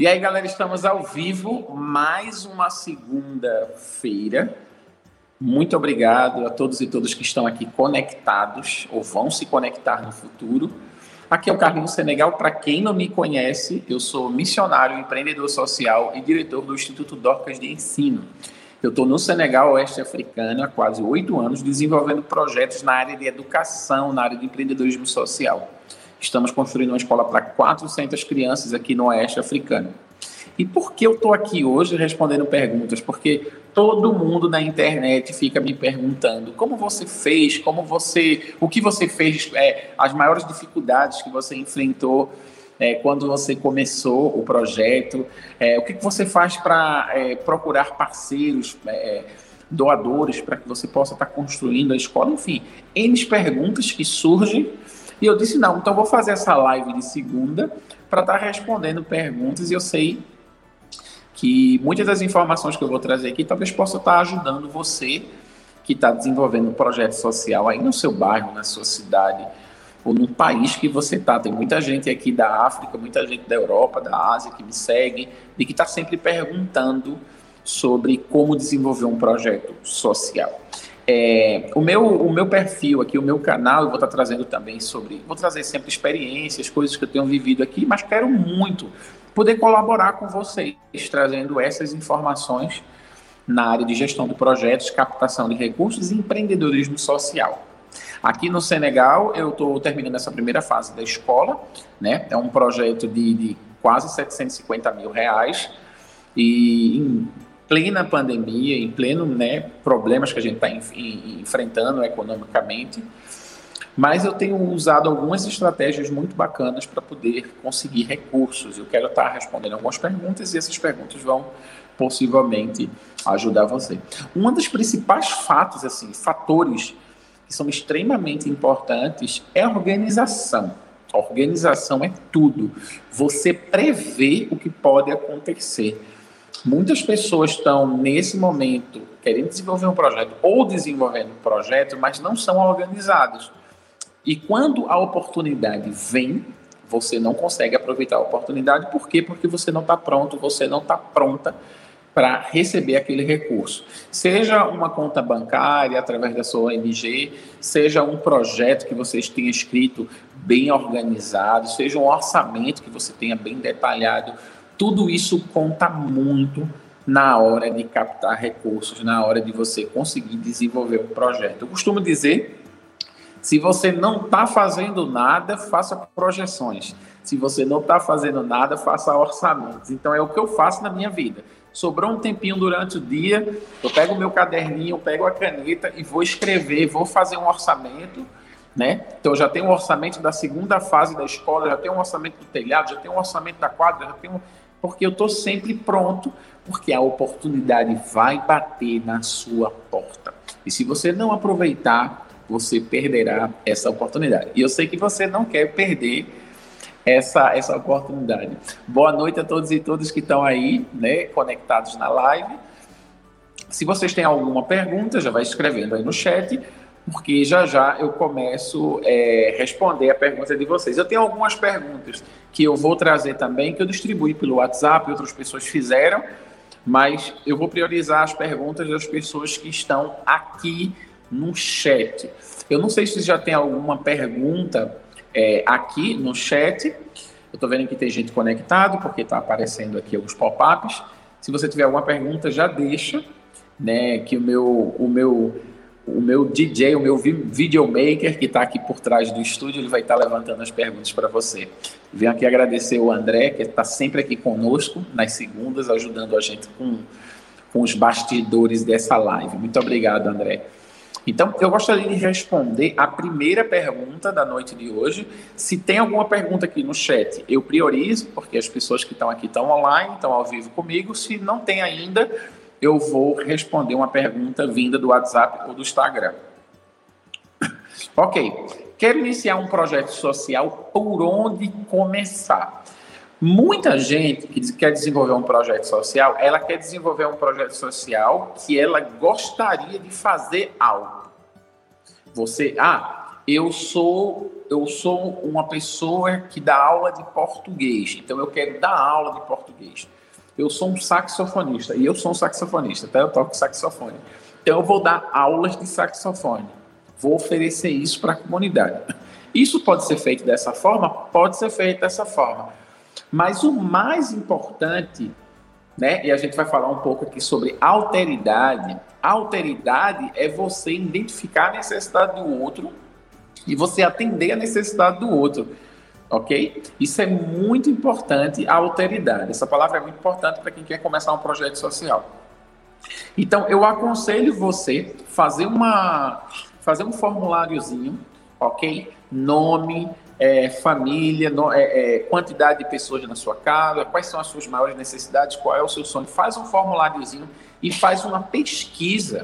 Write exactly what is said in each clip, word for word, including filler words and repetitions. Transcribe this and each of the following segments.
E aí, galera, estamos ao vivo, mais uma segunda-feira. Muito obrigado a todos e todas que estão aqui conectados, ou vão se conectar no futuro. Aqui é o Carlinhos Senegal. Para quem não me conhece, eu sou missionário, empreendedor social e diretor do Instituto Dorcas de Ensino. Eu estou no Senegal Oeste Africano há quase oito anos, desenvolvendo projetos na área de educação, na área de empreendedorismo social. Estamos construindo uma escola para quatrocentas crianças aqui no Oeste Africano. E por que eu estou aqui hoje respondendo perguntas? Porque todo mundo na internet fica me perguntando como você fez, como você, o que você fez, é, as maiores dificuldades que você enfrentou é, quando você começou o projeto, é, o que, que você faz para é, procurar parceiros, é, doadores, para que você possa estar construindo a escola, enfim, N perguntas que surgem. E eu disse, não, então vou fazer essa live de segunda para estar respondendo perguntas, e eu sei que muitas das informações que eu vou trazer aqui talvez possa estar ajudando você que está desenvolvendo um projeto social aí no seu bairro, na sua cidade, ou no país que você está. Tem muita gente aqui da África, muita gente da Europa, da Ásia que me segue e que está sempre perguntando sobre como desenvolver um projeto social. É, o, meu, o meu perfil aqui, o meu canal, eu vou estar trazendo também sobre... Vou trazer sempre experiências, coisas que eu tenho vivido aqui, mas quero muito poder colaborar com vocês, trazendo essas informações na área de gestão de projetos, captação de recursos e empreendedorismo social. Aqui no Senegal, eu estou terminando essa primeira fase da escola, né? É um projeto de, de quase setecentos e cinquenta mil reais, e em plena pandemia, em pleno, né, problemas que a gente está enfrentando economicamente, mas eu tenho usado algumas estratégias muito bacanas para poder conseguir recursos. Eu quero estar respondendo algumas perguntas e essas perguntas vão possivelmente ajudar você. Um dos principais fatos, assim, fatores que são extremamente importantes é a organização. A organização é tudo. Você prevê o que pode acontecer. Muitas pessoas estão, nesse momento, querendo desenvolver um projeto ou desenvolvendo um projeto, mas não são organizados. E quando a oportunidade vem, você não consegue aproveitar a oportunidade. Por quê? Porque você não está pronto, você não está pronta para receber aquele recurso. Seja uma conta bancária através da sua O N G, seja um projeto que você tenha escrito bem organizado, seja um orçamento que você tenha bem detalhado. Tudo isso conta muito na hora de captar recursos, na hora de você conseguir desenvolver um projeto. Eu costumo dizer, se você não está fazendo nada, faça projeções. Se você não está fazendo nada, faça orçamentos. Então, é o que eu faço na minha vida. Sobrou um tempinho durante o dia, eu pego o meu caderninho, eu pego a caneta e vou escrever, vou fazer um orçamento, né? Então, eu já tenho um orçamento da segunda fase da escola, já tenho um orçamento do telhado, já tenho um orçamento da quadra, já tenho... Porque eu estou sempre pronto, porque a oportunidade vai bater na sua porta. E se você não aproveitar, você perderá essa oportunidade. E eu sei que você não quer perder essa, essa oportunidade. Boa noite a todos e todas que estão aí, né, conectados na live. Se vocês têm alguma pergunta, já vai escrevendo aí no chat, porque já já eu começo a é, responder a pergunta de vocês. Eu tenho algumas perguntas que eu vou trazer também, que eu distribuí pelo WhatsApp, outras pessoas fizeram, mas eu vou priorizar as perguntas das pessoas que estão aqui no chat. Eu não sei se já tem alguma pergunta é, aqui no chat. Eu estou vendo que tem gente conectado, porque está aparecendo aqui alguns pop-ups. Se você tiver alguma pergunta, já deixa, né, que o meu, o meu, o meu D J, o meu videomaker, que está aqui por trás do estúdio, ele vai estar tá levantando as perguntas para você. Venho aqui agradecer o André, que está sempre aqui conosco, nas segundas, ajudando a gente com, com os bastidores dessa live. Muito obrigado, André. Então, eu gostaria de responder a primeira pergunta da noite de hoje. Se tem alguma pergunta aqui no chat, eu priorizo, porque as pessoas que estão aqui estão online, estão ao vivo comigo. Se não tem ainda, eu vou responder uma pergunta vinda do WhatsApp ou do Instagram. Ok. Quero iniciar um projeto social, por onde começar? Muita gente que quer desenvolver um projeto social, ela quer desenvolver um projeto social que ela gostaria de fazer algo. Você, ah, eu sou, eu sou uma pessoa que dá aula de português, então eu quero dar aula de português. Eu sou um saxofonista, e eu sou um saxofonista, tá? Eu toco saxofone. Então eu vou dar aulas de saxofone. Vou oferecer isso para a comunidade. Isso pode ser feito dessa forma? Pode ser feito dessa forma. Mas o mais importante, né, e a gente vai falar um pouco aqui sobre alteridade. Alteridade é você identificar a necessidade do outro e você atender a necessidade do outro, ok? Isso é muito importante, a alteridade. Essa palavra é muito importante para quem quer começar um projeto social. Então, eu aconselho você fazer uma, fazer um formuláriozinho, ok? Nome, é, família, no, é, é, quantidade de pessoas na sua casa, quais são as suas maiores necessidades, qual é o seu sonho. Faz um formuláriozinho e faz uma pesquisa.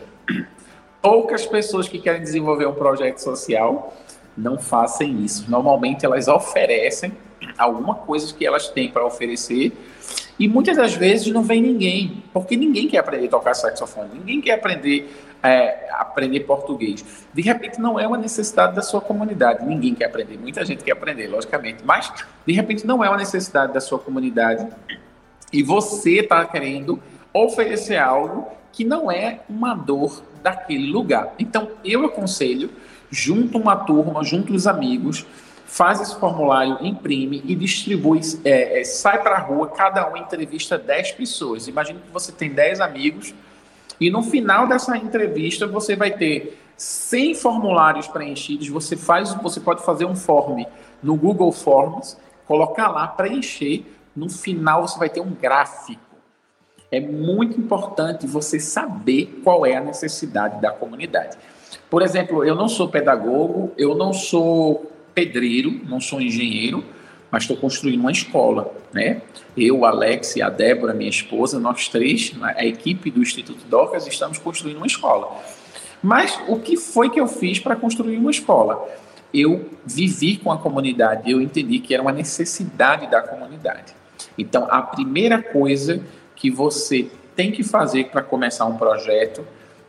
Poucas pessoas que querem desenvolver um projeto social não fazem isso. Normalmente elas oferecem alguma coisa que elas têm para oferecer e muitas das vezes não vem ninguém, porque ninguém quer aprender a tocar saxofone, ninguém quer aprender, é, aprender português. De repente não é uma necessidade da sua comunidade, ninguém quer aprender, muita gente quer aprender, logicamente, mas de repente não é uma necessidade da sua comunidade e você está querendo oferecer algo que não é uma dor daquele lugar. Então eu aconselho, junta uma turma, junta os amigos, faz esse formulário, imprime e distribui, é, é, sai para a rua, cada um entrevista dez pessoas. Imagine que você tem dez amigos e no final dessa entrevista você vai ter cem formulários preenchidos, você, faz, você pode fazer um form no Google Forms, colocar lá, preencher, no final você vai ter um gráfico. É muito importante você saber qual é a necessidade da comunidade. Por exemplo, eu não sou pedagogo, eu não sou pedreiro, não sou engenheiro, mas estou construindo uma escola, né? Eu, Alex e a Débora, minha esposa, nós três, a equipe do Instituto Docas, estamos construindo uma escola. Mas o que foi que eu fiz para construir uma escola? Eu vivi com a comunidade, eu entendi que era uma necessidade da comunidade. Então, a primeira coisa que você tem que fazer para começar um projeto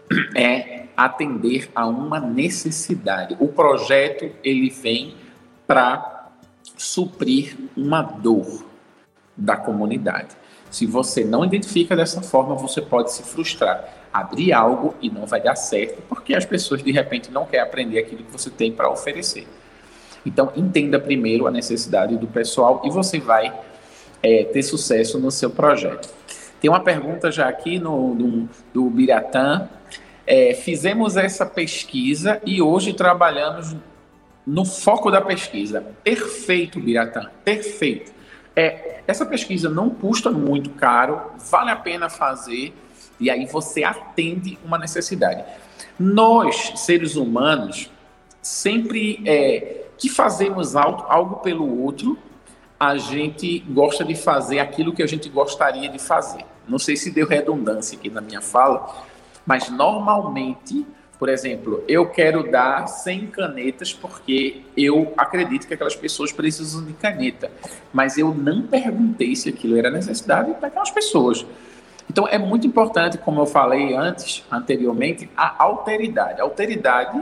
é atender a uma necessidade. O projeto, ele vem para suprir uma dor da comunidade. Se você não identifica dessa forma, você pode se frustrar, abrir algo e não vai dar certo, porque as pessoas de repente não querem aprender aquilo que você tem para oferecer. Então, entenda primeiro a necessidade do pessoal e você vai é, ter sucesso no seu projeto. Tem uma pergunta já aqui no, no, do Biratã. É, fizemos essa pesquisa e hoje trabalhamos no foco da pesquisa. Perfeito, Biratã, perfeito. É, essa pesquisa não custa muito caro, vale a pena fazer e aí você atende uma necessidade. Nós, seres humanos, sempre é, que fazemos algo, algo pelo outro, a gente gosta de fazer aquilo que a gente gostaria de fazer. Não sei se deu redundância aqui na minha fala, mas normalmente, por exemplo, eu quero dar cem canetas porque eu acredito que aquelas pessoas precisam de caneta, mas eu não perguntei se aquilo era necessidade daquelas pessoas. Então é muito importante, como eu falei antes, anteriormente, a alteridade. A alteridade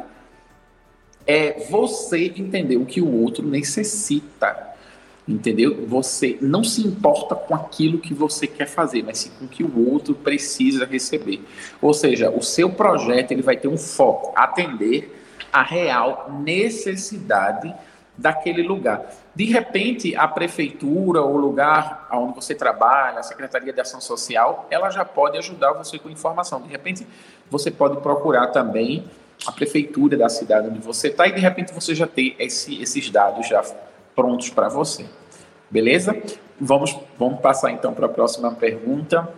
é você entender o que o outro necessita. Entendeu? Você não se importa com aquilo que você quer fazer, mas sim com o que o outro precisa receber. Ou seja, o seu projeto ele vai ter um foco, atender a real necessidade daquele lugar. De repente, a prefeitura, o lugar onde você trabalha, a Secretaria de Ação Social, ela já pode ajudar você com informação. De repente, você pode procurar também a prefeitura da cidade onde você está e de repente você já tem esse, esses dados já prontos para você. Beleza? Vamos, vamos passar então para a próxima pergunta.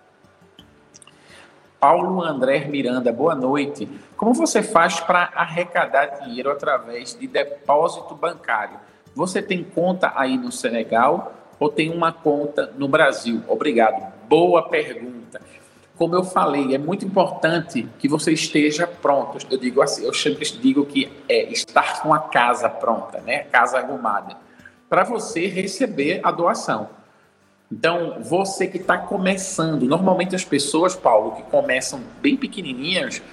Paulo André Miranda, boa noite. Como você faz para arrecadar dinheiro através de depósito bancário? Você tem conta aí no Senegal ou tem uma conta no Brasil? Obrigado. Boa pergunta. Como eu falei, é muito importante que você esteja pronto. Eu digo assim, eu sempre digo que é estar com a casa pronta, né? Casa arrumada, para você receber a doação. Então, você que está começando, normalmente as pessoas, Paulo, que começam bem pequenininhas,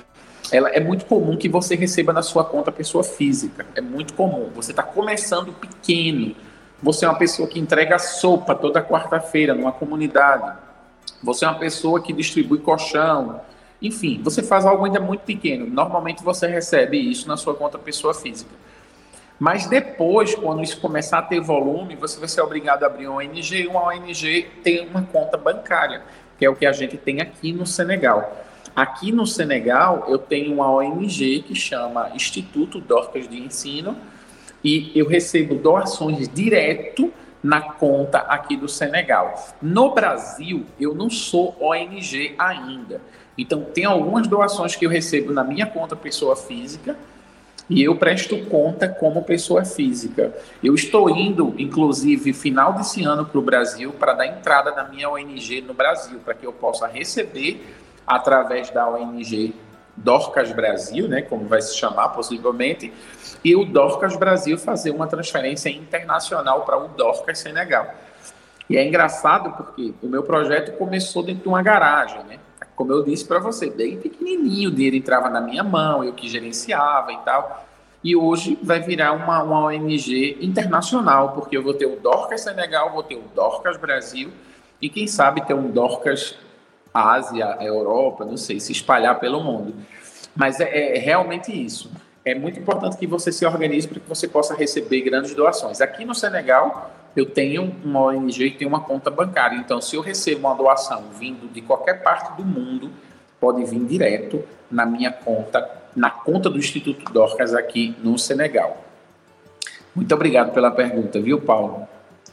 ela é muito comum que você receba na sua conta pessoa física. É muito comum. Você está começando pequeno. Você é uma pessoa que entrega sopa toda quarta-feira numa comunidade. Você é uma pessoa que distribui colchão. Enfim, você faz algo ainda muito pequeno. Normalmente você recebe isso na sua conta pessoa física. Mas depois, quando isso começar a ter volume, você vai ser obrigado a abrir uma O N G, e uma O N G tem uma conta bancária, que é o que a gente tem aqui no Senegal. Aqui no Senegal, eu tenho uma O N G que chama Instituto Dorcas de Ensino, e eu recebo doações direto na conta aqui do Senegal. No Brasil, eu não sou O N G ainda. Então, tem algumas doações que eu recebo na minha conta pessoa física, e eu presto conta como pessoa física. Eu estou indo, inclusive, final desse ano para o Brasil, para dar entrada na minha O N G no Brasil, para que eu possa receber, através da O N G Dorcas Brasil, né, como vai se chamar possivelmente, e o Dorcas Brasil fazer uma transferência internacional para o Dorcas Senegal. E é engraçado porque o meu projeto começou dentro de uma garagem, né? Como eu disse para você, bem pequenininho, o dinheiro entrava na minha mão, eu que gerenciava e tal. E hoje vai virar uma, uma O N G internacional, porque eu vou ter o Dorcas Senegal, vou ter o Dorcas Brasil, e quem sabe ter um Dorcas Ásia, Europa, não sei, se espalhar pelo mundo. Mas é, é realmente isso. É muito importante que você se organize para que você possa receber grandes doações. Aqui no Senegal, eu tenho uma O N G e tenho uma conta bancária. Então, se eu recebo uma doação vindo de qualquer parte do mundo, pode vir direto na minha conta, na conta do Instituto Dorcas aqui no Senegal. Muito obrigado pela pergunta, viu, Paulo?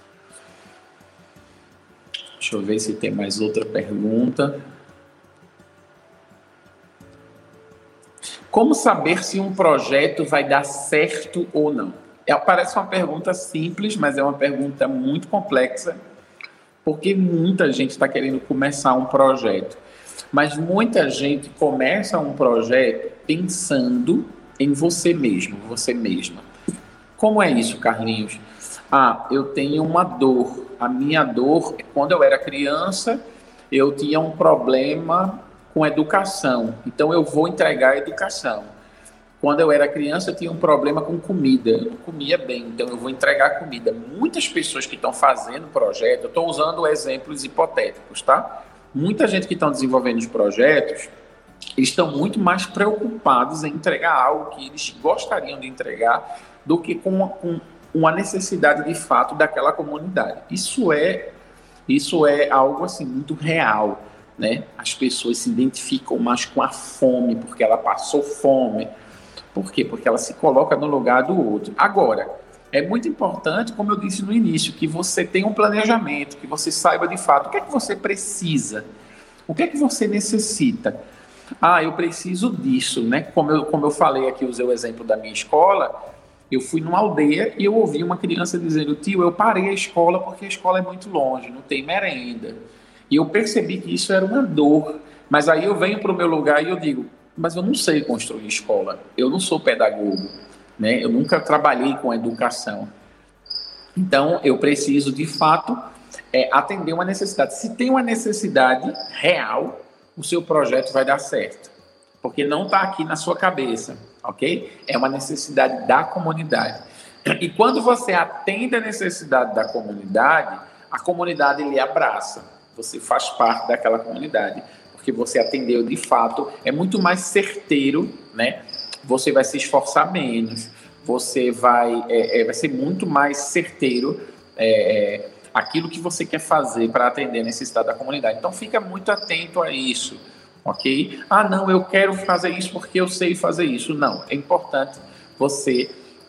Deixa eu ver se tem mais outra pergunta. Como saber se um projeto vai dar certo ou não? É, parece uma pergunta simples, mas é uma pergunta muito complexa, porque muita gente está querendo começar um projeto. Mas muita gente começa um projeto pensando em você mesmo, você mesma. Como é isso, Carlinhos? Ah, eu tenho uma dor. A minha dor, quando eu era criança, eu tinha um problema com educação. Então, eu vou entregar a educação. Quando eu era criança, eu tinha um problema com comida. Eu não comia bem, então eu vou entregar comida. Muitas pessoas que estão fazendo projeto, eu estou usando exemplos hipotéticos, tá? Muita gente que está desenvolvendo os projetos, eles estão muito mais preocupados em entregar algo que eles gostariam de entregar do que com uma, com uma necessidade de fato daquela comunidade. Isso é, isso é algo assim muito real, né? As pessoas se identificam mais com a fome, porque ela passou fome. Por quê? Porque ela se coloca no lugar do outro. Agora, é muito importante, como eu disse no início, que você tenha um planejamento, que você saiba de fato o que é que você precisa, o que é que você necessita. Ah, eu preciso disso, né? Como eu, como eu falei aqui, usei o exemplo da minha escola, eu fui numa aldeia e eu ouvi uma criança dizendo: tio, eu parei a escola porque a escola é muito longe, não tem merenda. E eu percebi que isso era uma dor. Mas aí eu venho para o meu lugar e eu digo: mas eu não sei construir escola, eu não sou pedagogo, né? Eu nunca trabalhei com educação. Então, eu preciso, de fato, é, atender uma necessidade. Se tem uma necessidade real, o seu projeto vai dar certo, porque não está aqui na sua cabeça, ok? É uma necessidade da comunidade. E quando você atende a necessidade da comunidade, a comunidade lhe abraça, você faz parte daquela comunidade, porque você atendeu de fato, é muito mais certeiro, né? Você vai se esforçar menos, você vai, é, é, vai ser muito mais certeiro é, é, aquilo que você quer fazer para atender a necessidade da comunidade. Então, fica muito atento a isso, ok? Ah, não, eu quero fazer isso porque eu sei fazer isso. Não, é importante você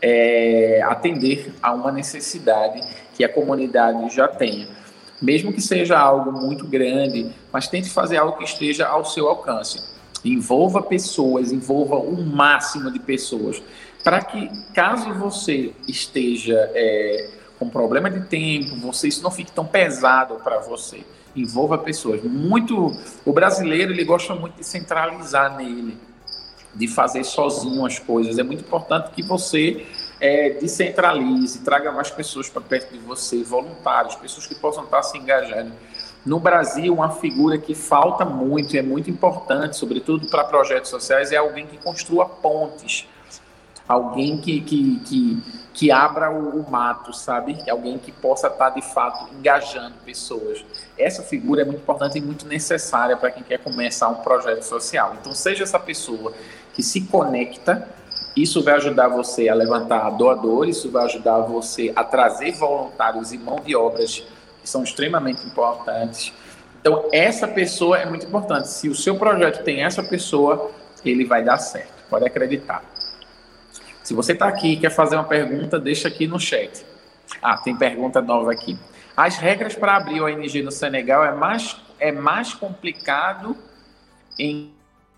é, atender a uma necessidade que a comunidade já tenha. Mesmo que seja algo muito grande, mas tente fazer algo que esteja ao seu alcance. Envolva pessoas, envolva o máximo de pessoas, para que, caso você esteja é, com problema de tempo, você, isso não fique tão pesado para você. Envolva pessoas. Muito, o brasileiro, ele gosta muito de centralizar nele, de fazer sozinho as coisas. É muito importante que você é, descentralize, traga mais pessoas para perto de você, voluntários, pessoas que possam estar se engajando. No Brasil, uma figura que falta muito e é muito importante, sobretudo para projetos sociais, é alguém que construa pontes, alguém que, que, que, que abra o, o mato, sabe? Alguém que possa estar, de fato, engajando pessoas. Essa figura é muito importante e muito necessária para quem quer começar um projeto social. Então, seja essa pessoa que se conecta, isso vai ajudar você a levantar doadores, isso vai ajudar você a trazer voluntários e mão de obras que são extremamente importantes. Então, essa pessoa é muito importante. Se o seu projeto tem essa pessoa, ele vai dar certo. Pode acreditar. Se você está aqui e quer fazer uma pergunta, deixa aqui no chat. Ah, tem pergunta nova aqui. As regras para abrir o O N G no Senegal é mais, é mais complicado em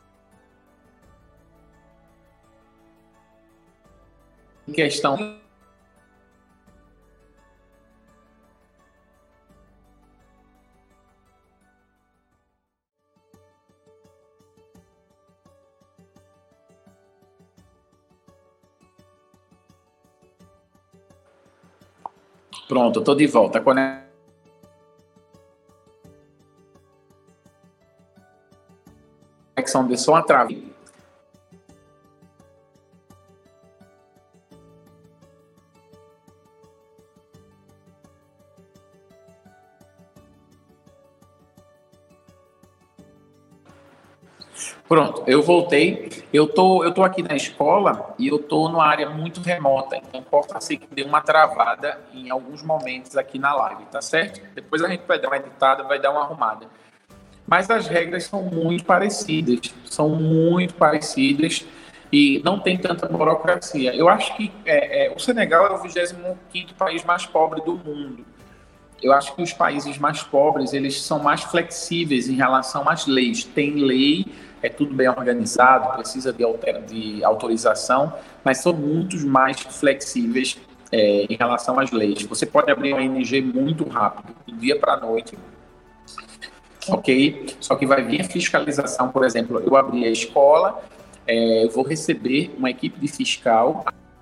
questão... Pronto, estou de volta. A conexão de som atrava. Pronto, eu voltei. Eu tô, eu tô aqui na escola e eu tô numa área muito remota, então pode ser que dê uma travada em alguns momentos aqui na live, tá certo? Depois a gente vai dar uma editada, vai dar uma arrumada. Mas as regras são muito parecidas, são muito parecidas e não tem tanta burocracia. Eu acho que é, é, o Senegal é o vigésimo quinto país mais pobre do mundo. Eu acho que os países mais pobres, eles são mais flexíveis em relação às leis. Tem lei, é tudo bem organizado, precisa de, alter, de autorização, mas são muito mais flexíveis é, em relação às leis. Você pode abrir uma O N G muito rápido, do dia para a noite, ok? Só que vai vir a fiscalização, por exemplo, eu abri a escola, é, eu vou receber uma equipe de fiscal,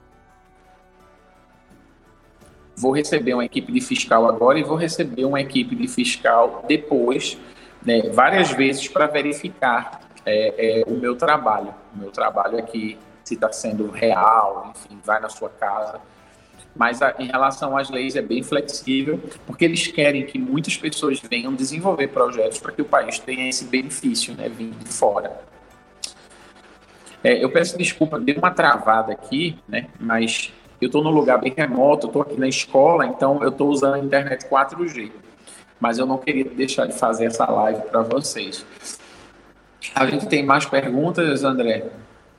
vou receber uma equipe de fiscal agora e vou receber uma equipe de fiscal depois, né, várias vezes para verificar é, é, o meu trabalho. O meu trabalho aqui, se está sendo real, enfim, vai na sua casa. Mas a, em relação às leis é bem flexível, porque eles querem que muitas pessoas venham desenvolver projetos para que o país tenha esse benefício, né, vindo de fora. É, eu peço desculpa, deu uma travada aqui, né, mas eu estou num lugar bem remoto, estou aqui na escola, então eu estou usando a internet quatro G. Mas eu não queria deixar de fazer essa live para vocês. A gente tem mais perguntas, André?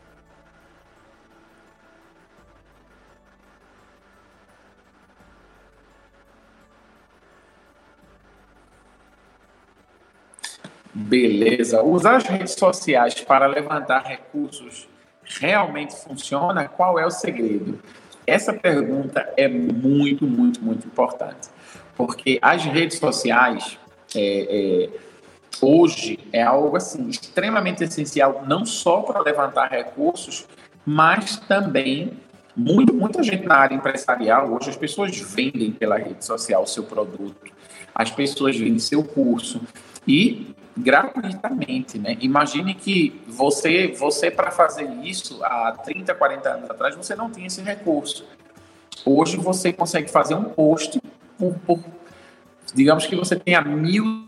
Beleza. Usar as redes sociais para levantar recursos realmente funciona? Qual é o segredo? Essa pergunta é muito, muito, muito importante. Porque as redes sociais, é, é, hoje, é algo assim, extremamente essencial, não só para levantar recursos, mas também muito, muita gente na área empresarial, hoje as pessoas vendem pela rede social o seu produto, as pessoas vendem seu curso e gratuitamente, né? Imagine que você, você para fazer isso há trinta, quarenta anos atrás, você não tinha esse recurso. Hoje você consegue fazer um post por, por digamos que você tenha mil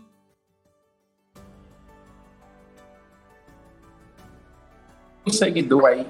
seguidores aí,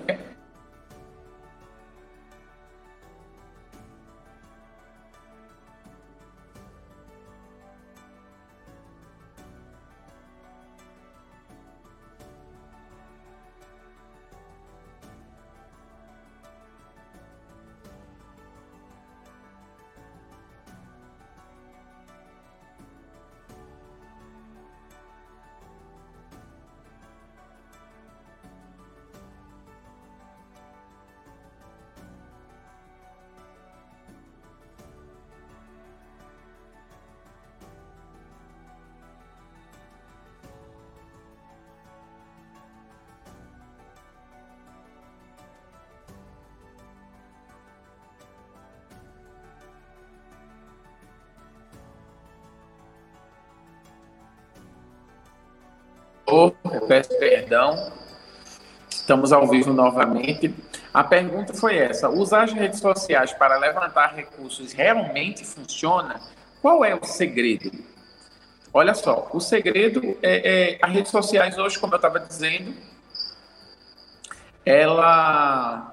eu peço perdão. Estamos ao vivo novamente. A pergunta foi essa: usar as redes sociais para levantar recursos realmente funciona? Qual é o segredo? Olha só, o segredo é, é as redes sociais hoje, como eu estava dizendo, ela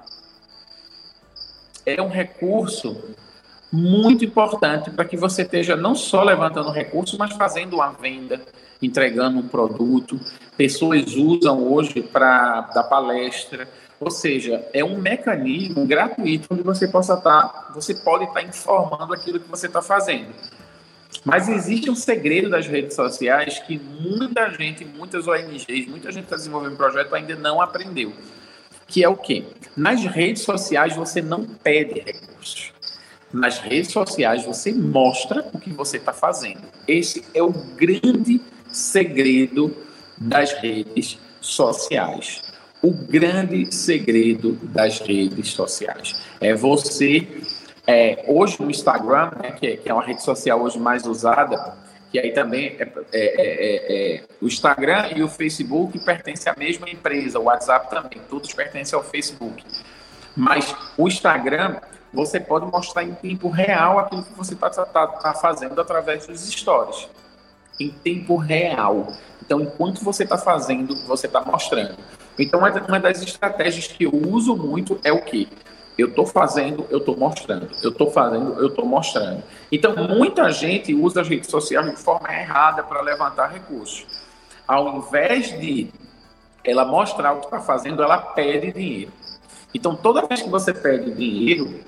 é um recurso muito importante para que você esteja não só levantando recursos, mas fazendo uma venda, entregando um produto. Pessoas usam hoje para dar palestra, ou seja, é um mecanismo gratuito onde você possa estar, você pode estar informando aquilo que você está fazendo. Mas existe um segredo das redes sociais que muita gente, muitas O N Gs, muita gente que está desenvolvendo projeto ainda não aprendeu, que é o quê? Nas redes sociais você não pede recursos. Nas redes sociais você mostra o que você está fazendo. Esse é o grande segredo das redes sociais. O grande segredo das redes sociais é você, é, hoje no Instagram, né, que, é, que é uma rede social hoje mais usada, que aí também é, é, é, é, o Instagram e o Facebook pertencem à mesma empresa, o WhatsApp também, todos pertencem ao Facebook. Mas o Instagram, você pode mostrar em tempo real aquilo que você está tá, tá fazendo através dos stories. Em tempo real. Então, enquanto você está fazendo, você está mostrando. Então, uma das estratégias que eu uso muito é o quê? Eu estou fazendo, eu estou mostrando. Eu estou fazendo, eu estou mostrando. Então, muita gente usa as redes sociais de forma errada para levantar recursos. Ao invés de ela mostrar o que está fazendo, ela pede dinheiro. Então, toda vez que você pede dinheiro,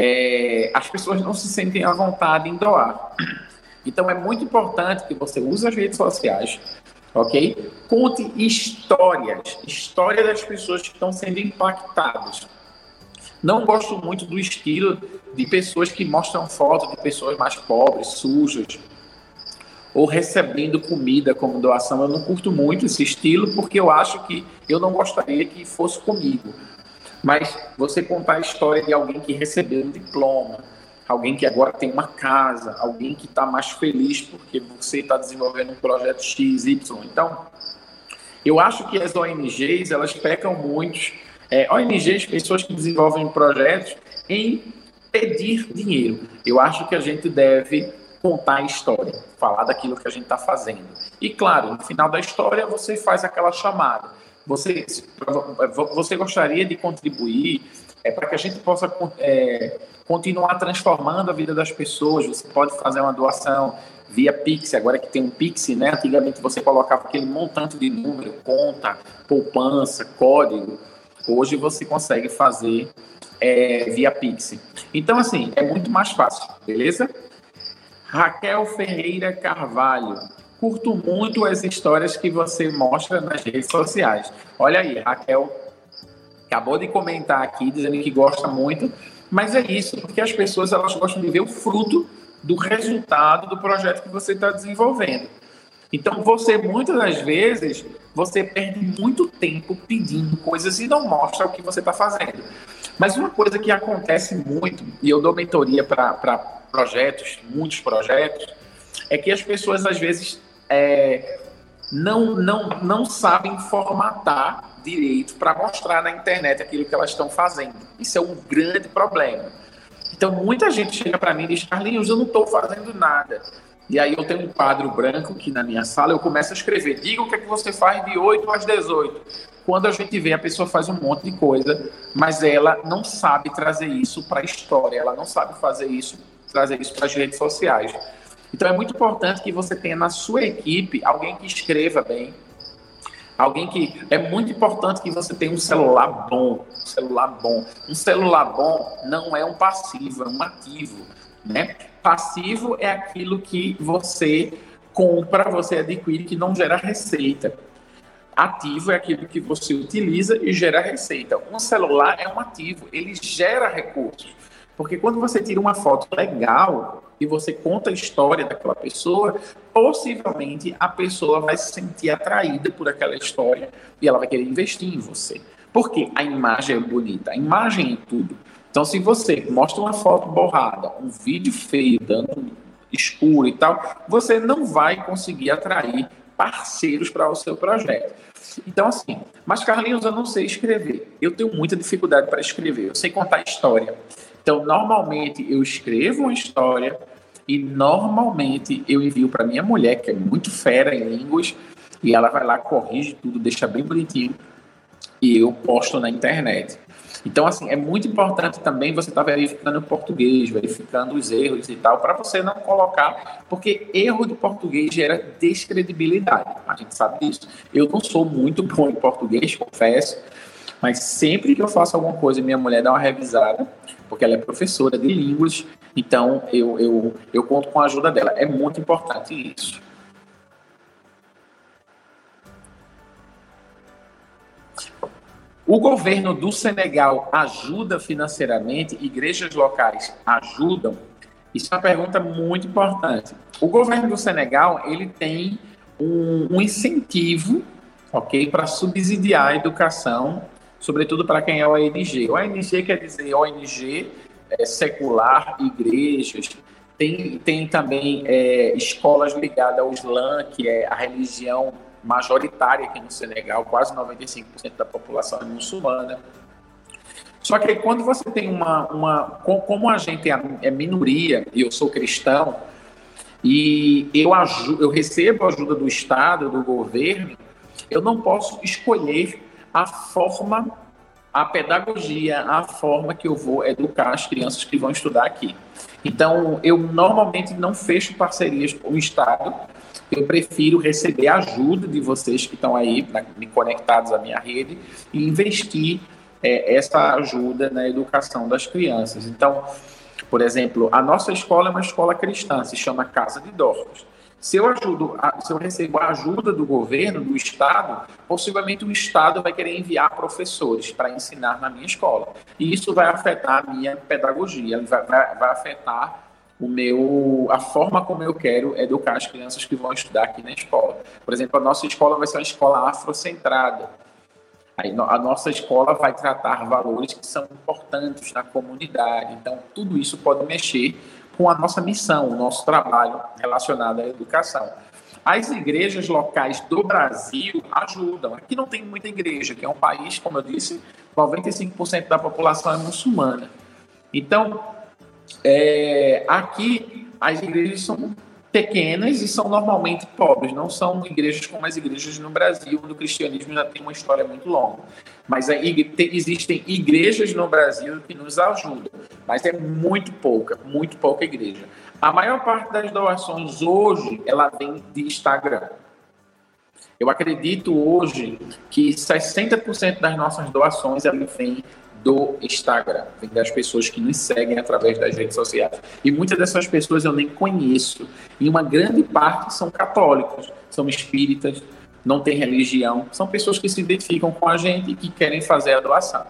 é, as pessoas não se sentem à vontade em doar. Então, é muito importante que você use as redes sociais, ok? Conte histórias, histórias das pessoas que estão sendo impactadas. Não gosto muito do estilo de pessoas que mostram fotos de pessoas mais pobres, sujas, ou recebendo comida como doação. Eu não curto muito esse estilo, porque eu acho que eu não gostaria que fosse comigo. Mas você contar a história de alguém que recebeu um diploma, alguém que agora tem uma casa, alguém que está mais feliz porque você está desenvolvendo um projeto X, Y. Então, eu acho que as O N Gs, elas pecam muito, é, O N Gs, pessoas que desenvolvem projetos, em pedir dinheiro. Eu acho que a gente deve contar a história, falar daquilo que a gente está fazendo. E, claro, no final da história, você faz aquela chamada. Você, você gostaria de contribuir é, para que a gente possa é, continuar transformando a vida das pessoas? Você pode fazer uma doação via Pix, agora que tem um Pix, né? Antigamente você colocava aquele montante de número, conta, poupança, código. Hoje você consegue fazer é, via Pix. Então, assim, é muito mais fácil, beleza? Raquel Ferreira Carvalho. Curto muito as histórias que você mostra nas redes sociais. Olha aí, Raquel acabou de comentar aqui, dizendo que gosta muito, mas é isso, porque as pessoas elas gostam de ver o fruto do resultado do projeto que você está desenvolvendo. Então, você, muitas das vezes, você perde muito tempo pedindo coisas e não mostra o que você está fazendo. Mas uma coisa que acontece muito, e eu dou mentoria para projetos, muitos projetos, é que as pessoas, às vezes, é, não, não, não sabem formatar direito para mostrar na internet aquilo que elas estão fazendo. Isso é um grande problema. Então, muita gente chega para mim e diz: Carlinhos, eu não estou fazendo nada. E aí eu tenho um quadro branco aqui na minha sala, eu começo a escrever: diga o que é que você faz de oito às dezoito. Quando a gente vê, a pessoa faz um monte de coisa, mas ela não sabe trazer isso para a história, ela não sabe fazer isso, trazer isso para as redes sociais. Então, é muito importante que você tenha na sua equipe alguém que escreva bem, alguém que... É muito importante que você tenha um celular bom, um celular bom. Um celular bom não é um passivo, é um ativo, né? Passivo é aquilo que você compra, você adquire, que não gera receita. Ativo é aquilo que você utiliza e gera receita. Um celular é um ativo, ele gera recursos. Porque quando você tira uma foto legal e você conta a história daquela pessoa, possivelmente a pessoa vai se sentir atraída por aquela história e ela vai querer investir em você. Porque a imagem é bonita, a imagem é tudo. Então, se você mostra uma foto borrada, um vídeo feio, dando escuro e tal, você não vai conseguir atrair parceiros para o seu projeto. Então, assim, mas Carlinhos, eu não sei escrever. Eu tenho muita dificuldade para escrever. Eu sei contar história. Então, normalmente, eu escrevo uma história e, normalmente, eu envio para minha mulher, que é muito fera em línguas, e ela vai lá, corrige tudo, deixa bem bonitinho, e eu posto na internet. Então, assim, é muito importante também você estar verificando o português, verificando os erros e tal, para você não colocar, porque erro de português gera descredibilidade, a gente sabe disso. Eu não sou muito bom em português, confesso, mas sempre que eu faço alguma coisa, minha mulher dá uma revisada, porque ela é professora de línguas, então eu, eu, eu conto com a ajuda dela. É muito importante isso. O governo do Senegal ajuda financeiramente? Igrejas locais ajudam? Isso é uma pergunta muito importante. O governo do Senegal, ele tem um, um incentivo, ok, para subsidiar a educação, sobretudo para quem é O N G. O N G quer dizer O N G é, secular, igrejas. Tem, tem também é, escolas ligadas ao Islã, que é a religião majoritária aqui no Senegal, quase noventa e cinco por cento da população é muçulmana. Só que quando você tem uma... uma como a gente é minoria, e eu sou cristão, e eu, ajudo, eu recebo a ajuda do Estado, do governo, eu não posso escolher a forma, a pedagogia, a forma que eu vou educar as crianças que vão estudar aqui. Então, eu normalmente não fecho parcerias com o Estado. Eu prefiro receber a ajuda de vocês que estão aí me conectados à minha rede e investir é, essa ajuda na educação das crianças. Então, por exemplo, a nossa escola é uma escola cristã, se chama Casa de Dorcas. Se eu, ajudo, se eu recebo a ajuda do governo, do Estado, possivelmente o Estado vai querer enviar professores para ensinar na minha escola. E isso vai afetar a minha pedagogia, vai, vai, vai afetar o meu, a forma como eu quero educar as crianças que vão estudar aqui na escola. Por exemplo, a nossa escola vai ser uma escola afrocentrada. Aí, a nossa escola vai tratar valores que são importantes na comunidade. Então, tudo isso pode mexer com a nossa missão, o nosso trabalho relacionado à educação. As igrejas locais do Brasil ajudam. Aqui não tem muita igreja, que é um país, como eu disse, noventa e cinco por cento da população é muçulmana. Então, É, aqui as igrejas são pequenas e são normalmente pobres, não são igrejas como as igrejas no Brasil, onde o cristianismo já tem uma história muito longa. Mas aí, tem, existem igrejas no Brasil que nos ajudam, mas é muito pouca, muito pouca igreja. A maior parte das doações hoje, ela vem de Instagram. Eu acredito hoje que sessenta por cento das nossas doações ela vem do Instagram, vem das pessoas que nos seguem através das redes sociais. E muitas dessas pessoas eu nem conheço. E uma grande parte são católicos, são espíritas, não têm religião. São pessoas que se identificam com a gente e que querem fazer a doação.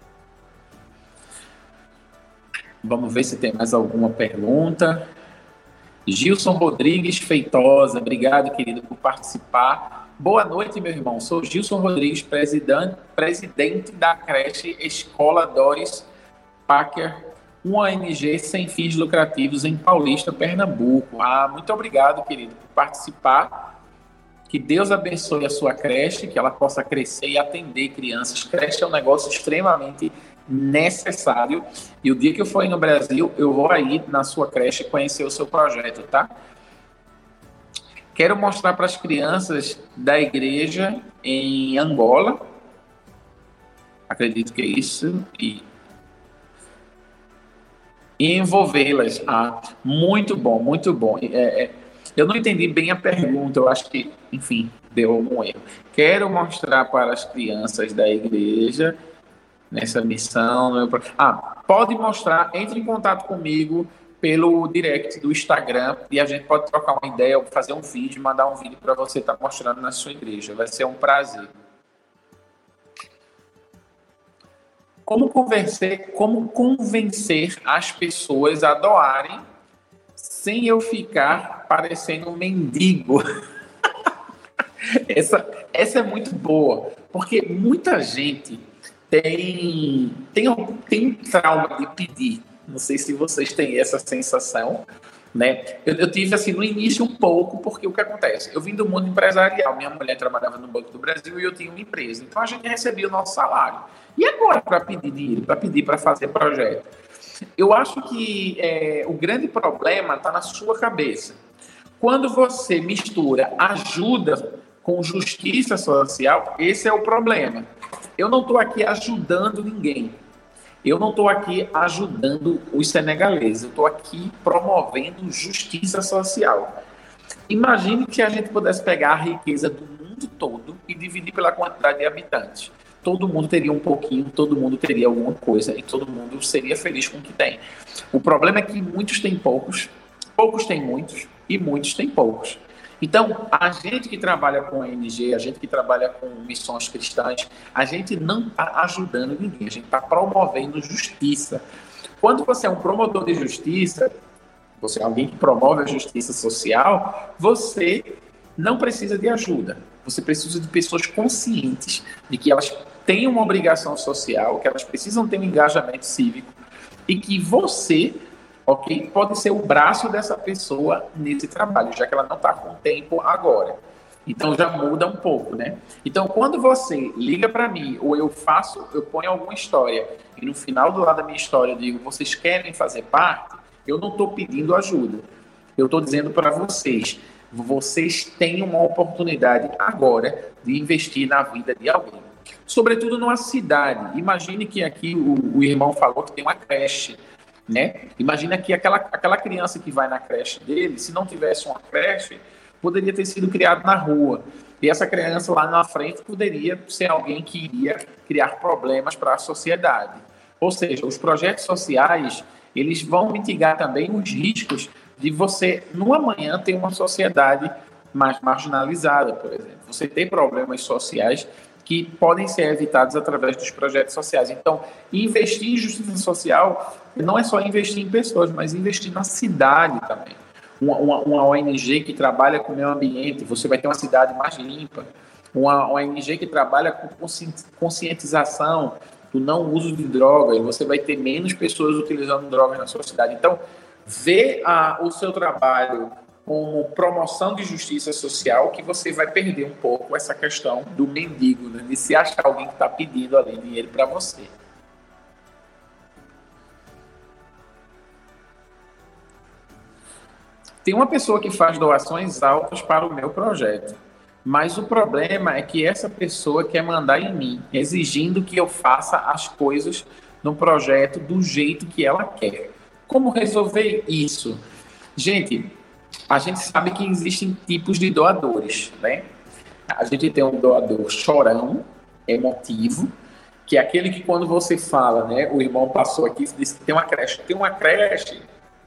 Vamos ver se tem mais alguma pergunta. Gilson Rodrigues Feitosa, obrigado, querido, por participar. Boa noite, meu irmão. Sou Gilson Rodrigues, presidente, presidente da creche Escola Doris Packer, uma O N G sem fins lucrativos em Paulista, Pernambuco. Ah, muito obrigado, querido, por participar. Que Deus abençoe a sua creche, que ela possa crescer e atender crianças. Creche é um negócio extremamente necessário. E o dia que eu for aí no Brasil, eu vou aí na sua creche conhecer o seu projeto, tá? Quero mostrar para as crianças da igreja em Angola. Acredito que é isso. E, e envolvê-las. Ah, muito bom, muito bom. É, é, eu não entendi bem a pergunta. Eu acho que, enfim, deu algum erro. Quero mostrar para as crianças da igreja nessa missão. Meu... Ah, pode mostrar. Entre em contato comigo pelo direct do Instagram e a gente pode trocar uma ideia, fazer um vídeo, mandar um vídeo para você estar mostrando na sua igreja. Vai ser um prazer. Como convencer, como convencer as pessoas a doarem sem eu ficar parecendo um mendigo? essa, essa é muito boa, porque muita gente tem, tem, tem trauma de pedir. Não sei se vocês têm essa sensação, né? Eu, eu tive, assim, no início um pouco, porque o que acontece? Eu vim do mundo empresarial, minha mulher trabalhava no Banco do Brasil e eu tinha uma empresa, então a gente recebia o nosso salário. E agora para pedir dinheiro, para pedir para fazer projeto? Eu acho que é, o grande problema está na sua cabeça. Quando você mistura ajuda com justiça social, esse é o problema. Eu não estou aqui ajudando ninguém. Eu não estou aqui ajudando os senegaleses. Eu estou aqui promovendo justiça social. Imagine que a gente pudesse pegar a riqueza do mundo todo e dividir pela quantidade de habitantes. Todo mundo teria um pouquinho, todo mundo teria alguma coisa e todo mundo seria feliz com o que tem. O problema é que muitos têm poucos, poucos têm muitos e muitos têm poucos. Então, a gente que trabalha com O N G, a gente que trabalha com missões cristãs, a gente não está ajudando ninguém, a gente está promovendo justiça. Quando você é um promotor de justiça, você é alguém que promove a justiça social, você não precisa de ajuda. Você precisa de pessoas conscientes de que elas têm uma obrigação social, que elas precisam ter um engajamento cívico e que você, ok, pode ser o braço dessa pessoa nesse trabalho, já que ela não está com tempo agora. Então já muda um pouco, né? Então quando você liga para mim ou eu faço, eu ponho alguma história e no final do lado da minha história eu digo, vocês querem fazer parte? Eu não estou pedindo ajuda. Eu estou dizendo para vocês, vocês têm uma oportunidade agora de investir na vida de alguém. Sobretudo numa cidade. Imagine que aqui o, o irmão falou que tem uma creche, né? Imagina que aquela, aquela criança que vai na creche dele, se não tivesse uma creche, poderia ter sido criada na rua. E essa criança lá na frente poderia ser alguém que iria criar problemas para a sociedade. Ou seja, os projetos sociais, eles vão mitigar também os riscos de você, no amanhã, ter uma sociedade mais marginalizada, por exemplo. Você tem problemas sociais que podem ser evitados através dos projetos sociais. Então, investir em justiça social não é só investir em pessoas, mas investir na cidade também. Uma, uma, uma O N G que trabalha com o meio ambiente, você vai ter uma cidade mais limpa. Uma O N G que trabalha com conscientização do não uso de drogas, você vai ter menos pessoas utilizando drogas na sua cidade. Então, ver a, o seu trabalho como promoção de justiça social, que você vai perder um pouco essa questão do mendigo, né? De se achar alguém que está pedindo ali dinheiro para você. Tem uma pessoa que faz doações altas para o meu projeto, mas o problema é que essa pessoa quer mandar em mim, exigindo que eu faça as coisas no projeto do jeito que ela quer. Como resolver isso? Gente, a gente sabe que existem tipos de doadores, né? A gente tem um doador chorão, emotivo, que é aquele que quando você fala, né? O irmão passou aqui e disse que tem uma creche, tem uma creche,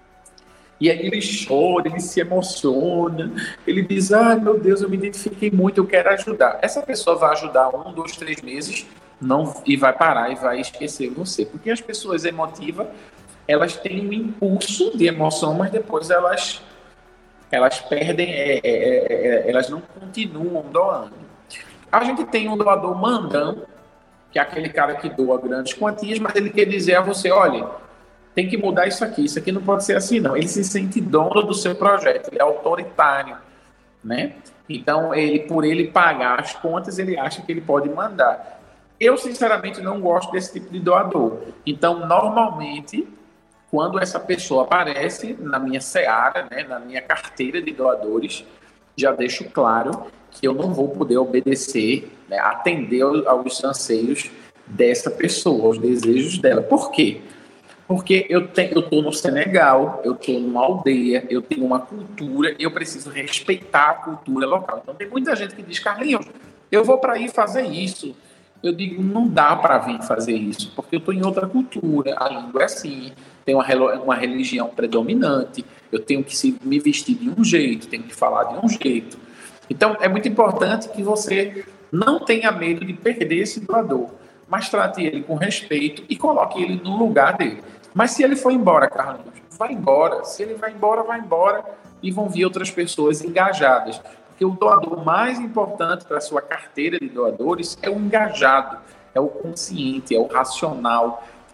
e aí ele chora, ele se emociona, ele diz, ai meu Deus, eu me identifiquei muito, eu quero ajudar. Essa pessoa vai ajudar um, dois, três meses não, e vai parar e vai esquecer você. Porque as pessoas emotivas, elas têm um impulso de emoção, mas depois elas, elas perdem, é, é, é, elas não continuam doando. A gente tem um doador mandão, que é aquele cara que doa grandes quantias, mas ele quer dizer a você, olha, tem que mudar isso aqui, isso aqui não pode ser assim, não. Ele se sente dono do seu projeto, ele é autoritário, né? Então, ele, por ele pagar as contas, ele acha que ele pode mandar. Eu, sinceramente, não gosto desse tipo de doador. Então, normalmente, quando essa pessoa aparece na minha seara, né, na minha carteira de doadores, já deixo claro que eu não vou poder obedecer, né, atender aos anseios dessa pessoa, aos desejos dela. Por quê? Porque eu estou no Senegal, eu estou numa aldeia, eu tenho uma cultura, eu preciso respeitar a cultura local. Então, tem muita gente que diz, Carlinhos, eu vou para aí fazer isso. Eu digo, não dá para vir fazer isso, porque eu estou em outra cultura, a língua é assim, tem uma, uma religião predominante, eu tenho que se, me vestir de um jeito, tenho que falar de um jeito. Então, é muito importante que você não tenha medo de perder esse doador, mas trate ele com respeito e coloque ele no lugar dele. Mas se ele for embora, Carlinhos, vai embora. Se ele vai embora, vai embora e vão vir outras pessoas engajadas. Porque o doador mais importante para a sua carteira de doadores é o engajado, é o consciente, é o racional,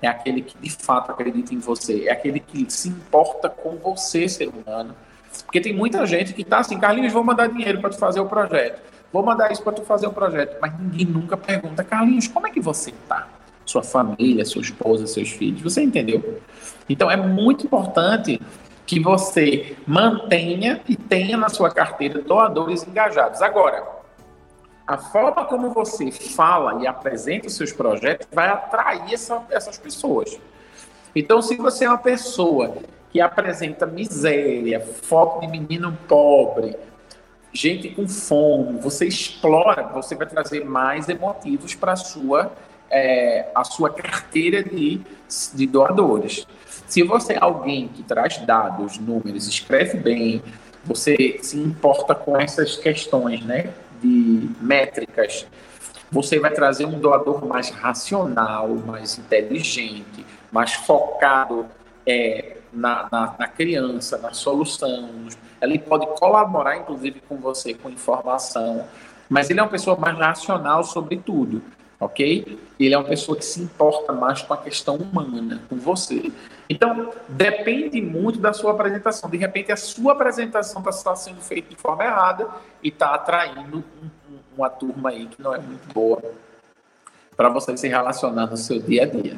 é aquele que de fato acredita em você, é aquele que se importa com você, ser humano. Porque tem muita gente que está assim, Carlinhos, vou mandar dinheiro para tu fazer o projeto, vou mandar isso para tu fazer o projeto, mas ninguém nunca pergunta, Carlinhos, como é que você está? Sua família, sua esposa, seus filhos, você entendeu? Então é muito importante que você mantenha e tenha na sua carteira doadores engajados. Agora, a forma como você fala e apresenta os seus projetos vai atrair essa, essas pessoas. Então, se você é uma pessoa que apresenta miséria, foto de menino pobre, gente com fome, você explora, você vai trazer mais emotivos para a sua, é, a sua carteira de, de doadores. Se você é alguém que traz dados, números, escreve bem, você se importa com essas questões, né, de métricas, você vai trazer um doador mais racional, mais inteligente, mais focado é, na, na, na criança, na solução. Ele pode colaborar, inclusive, com você, com informação, mas ele é uma pessoa mais racional sobre tudo, ok? Ele é uma pessoa que se importa mais com a questão humana, com você. Então, depende muito da sua apresentação. De repente, a sua apresentação está sendo feita de forma errada e está atraindo um, um, uma turma aí que não é muito boa para você se relacionar no seu dia a dia.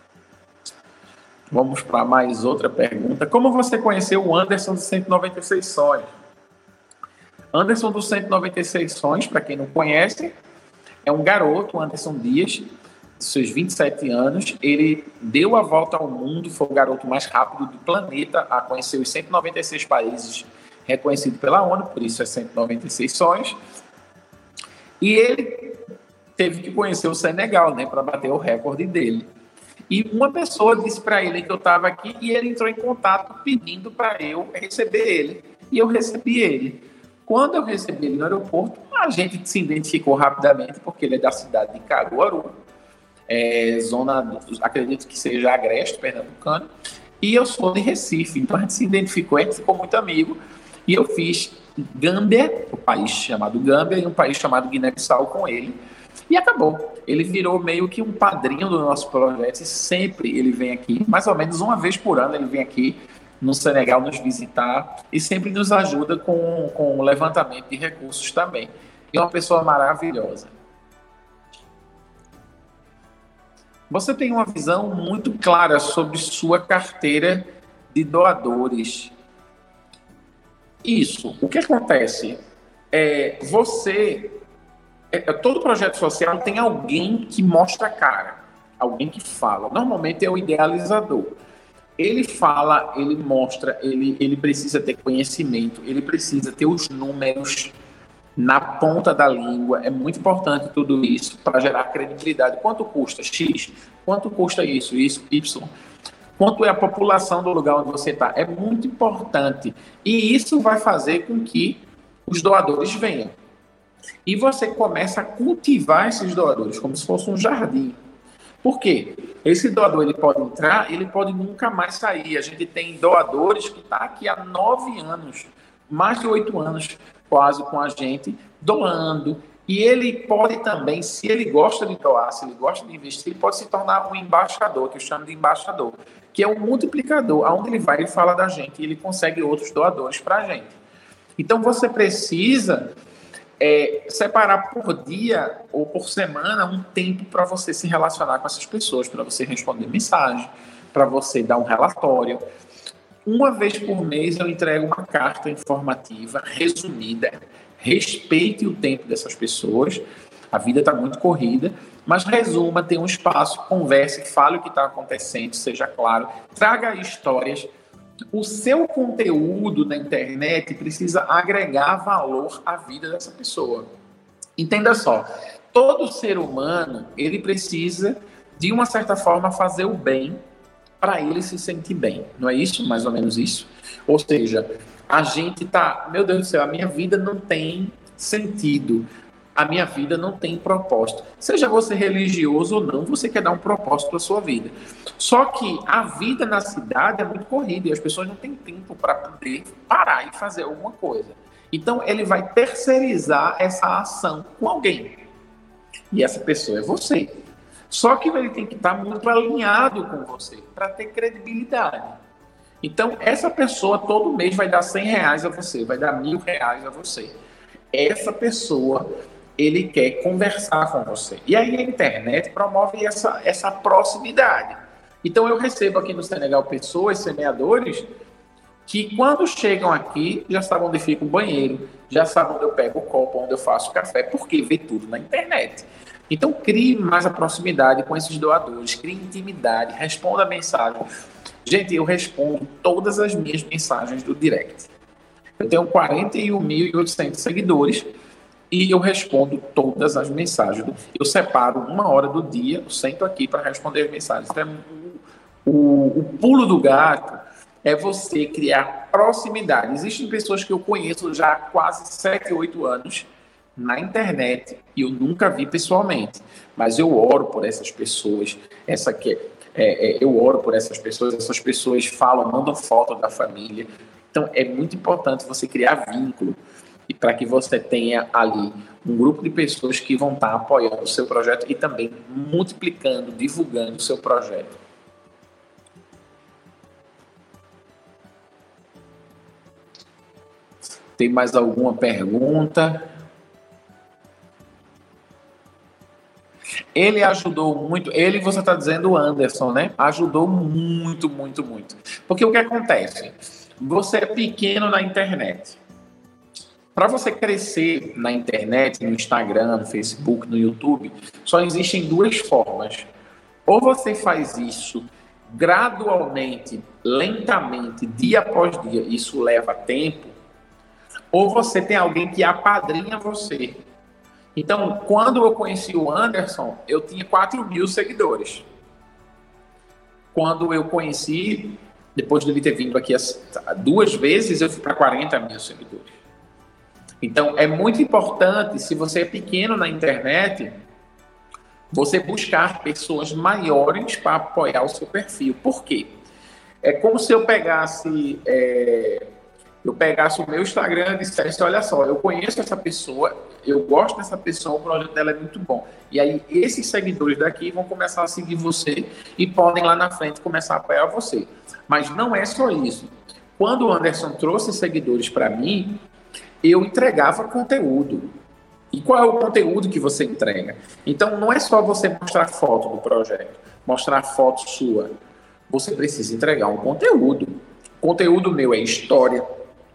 Vamos para mais outra pergunta. Como você conheceu o Anderson dos cento e noventa e seis Sonhos? Anderson dos cento e noventa e seis Sonhos, para quem não conhece, é um garoto, Anderson Dias, de seus vinte e sete anos. Ele deu a volta ao mundo, foi o garoto mais rápido do planeta a conhecer os cento e noventa e seis países reconhecidos pela ONU, por isso é cento e noventa e seis Sonhos. E ele teve que conhecer o Senegal, né, para bater o recorde dele. E uma pessoa disse para ele que eu estava aqui e ele entrou em contato pedindo para eu receber ele. E eu recebi ele. Quando eu recebi ele no aeroporto, a gente se identificou rapidamente, porque ele é da cidade de Caruaru, é, zona, acredito que seja Agreste, pernambucano, e eu sou de Recife, então a gente se identificou, a gente ficou muito amigo, e eu fiz Gâmbia, o país chamado Gâmbia, e um país chamado Guiné-Bissau com ele, e acabou. Ele virou meio que um padrinho do nosso projeto, e sempre ele vem aqui, mais ou menos uma vez por ano ele vem aqui no Senegal nos visitar, e sempre nos ajuda com, com o levantamento de recursos também. É uma pessoa maravilhosa. Você tem uma visão muito clara sobre sua carteira de doadores. Isso. O que acontece? É, você... É, todo projeto social tem alguém que mostra a cara, alguém que fala. Normalmente é o idealizador. Ele fala, ele mostra, ele, ele precisa ter conhecimento, ele precisa ter os números na ponta da língua. É muito importante tudo isso para gerar credibilidade. Quanto custa? X. Quanto custa isso? Isso, Y. Quanto é a população do lugar onde você está? É muito importante. E isso vai fazer com que os doadores venham. E você começa a cultivar esses doadores como se fosse um jardim. Por quê? Esse doador ele pode entrar, ele pode nunca mais sair. A gente tem doadores que estão aqui há nove anos, mais de oito anos quase com a gente, doando. E ele pode também, se ele gosta de doar, se ele gosta de investir, ele pode se tornar um embaixador, que eu chamo de embaixador, que é um multiplicador. Aonde ele vai, ele fala da gente e ele consegue outros doadores para a gente. Então você precisa... É, separar por dia ou por semana um tempo para você se relacionar com essas pessoas, para você responder mensagem, para você dar um relatório. Uma vez por mês eu entrego uma carta informativa resumida. Respeite o tempo dessas pessoas. A vida está muito corrida, mas resuma, tenha um espaço, converse, fale o que está acontecendo, seja claro, traga histórias. O seu conteúdo na internet precisa agregar valor à vida dessa pessoa. Entenda só, todo ser humano, ele precisa, de uma certa forma, fazer o bem para ele se sentir bem. Não é isso? Mais ou menos isso? Ou seja, a gente tá, meu Deus do céu, a minha vida não tem sentido. A minha vida não tem propósito. Seja você religioso ou não, você quer dar um propósito para a sua vida. Só que a vida na cidade é muito corrida e as pessoas não têm tempo para poder parar e fazer alguma coisa. Então, ele vai terceirizar essa ação com alguém. E essa pessoa é você. Só que ele tem que estar muito alinhado com você para ter credibilidade. Então, essa pessoa todo mês vai dar cem reais a você, vai dar mil reais a você. Essa pessoa, ele quer conversar com você. E aí a internet promove essa, essa proximidade. Então, eu recebo aqui no Senegal pessoas, semeadores, que quando chegam aqui, já sabem onde fica o banheiro, já sabem onde eu pego o copo, onde eu faço café, porque vê tudo na internet. Então, crie mais a proximidade com esses doadores, crie intimidade, responda a mensagem. Gente, eu respondo todas as minhas mensagens do direct. Eu tenho quarenta e um mil e oitocentos seguidores e eu respondo todas as mensagens. Eu separo uma hora do dia, eu sento aqui para responder as mensagens. Então, o, o pulo do gato é você criar proximidade. Existem pessoas que eu conheço já há quase sete, oito anos na internet e eu nunca vi pessoalmente. Mas eu oro por essas pessoas. Essa aqui, é, é, eu oro por essas pessoas. Essas pessoas falam, mandam foto da família. Então, é muito importante você criar vínculo e para que você tenha ali um grupo de pessoas que vão estar apoiando o seu projeto e também multiplicando, divulgando o seu projeto. Tem mais alguma pergunta? Ele ajudou muito, ele, você está dizendo o Anderson, né? Ajudou muito, muito, muito. Porque o que acontece? Você é pequeno na internet. Para você crescer na internet, no Instagram, no Facebook, no YouTube, só existem duas formas. Ou você faz isso gradualmente, lentamente, dia após dia, isso leva tempo, ou você tem alguém que apadrinha você. Então, quando eu conheci o Anderson, eu tinha quatro mil seguidores. Quando eu conheci, depois de ele ter vindo aqui as duas vezes, eu fui para quarenta mil seguidores. Então, é muito importante, se você é pequeno na internet, você buscar pessoas maiores para apoiar o seu perfil. Por quê? É como se eu pegasse, é, eu pegasse o meu Instagram e dissesse, olha só, eu conheço essa pessoa, eu gosto dessa pessoa, o projeto dela é muito bom. E aí, esses seguidores daqui vão começar a seguir você e podem lá na frente começar a apoiar você. Mas não é só isso. Quando o Anderson trouxe seguidores para mim, eu entregava conteúdo. E qual é o conteúdo que você entrega? Então, não é só você mostrar foto do projeto, mostrar foto sua. Você precisa entregar um conteúdo. O conteúdo meu é história.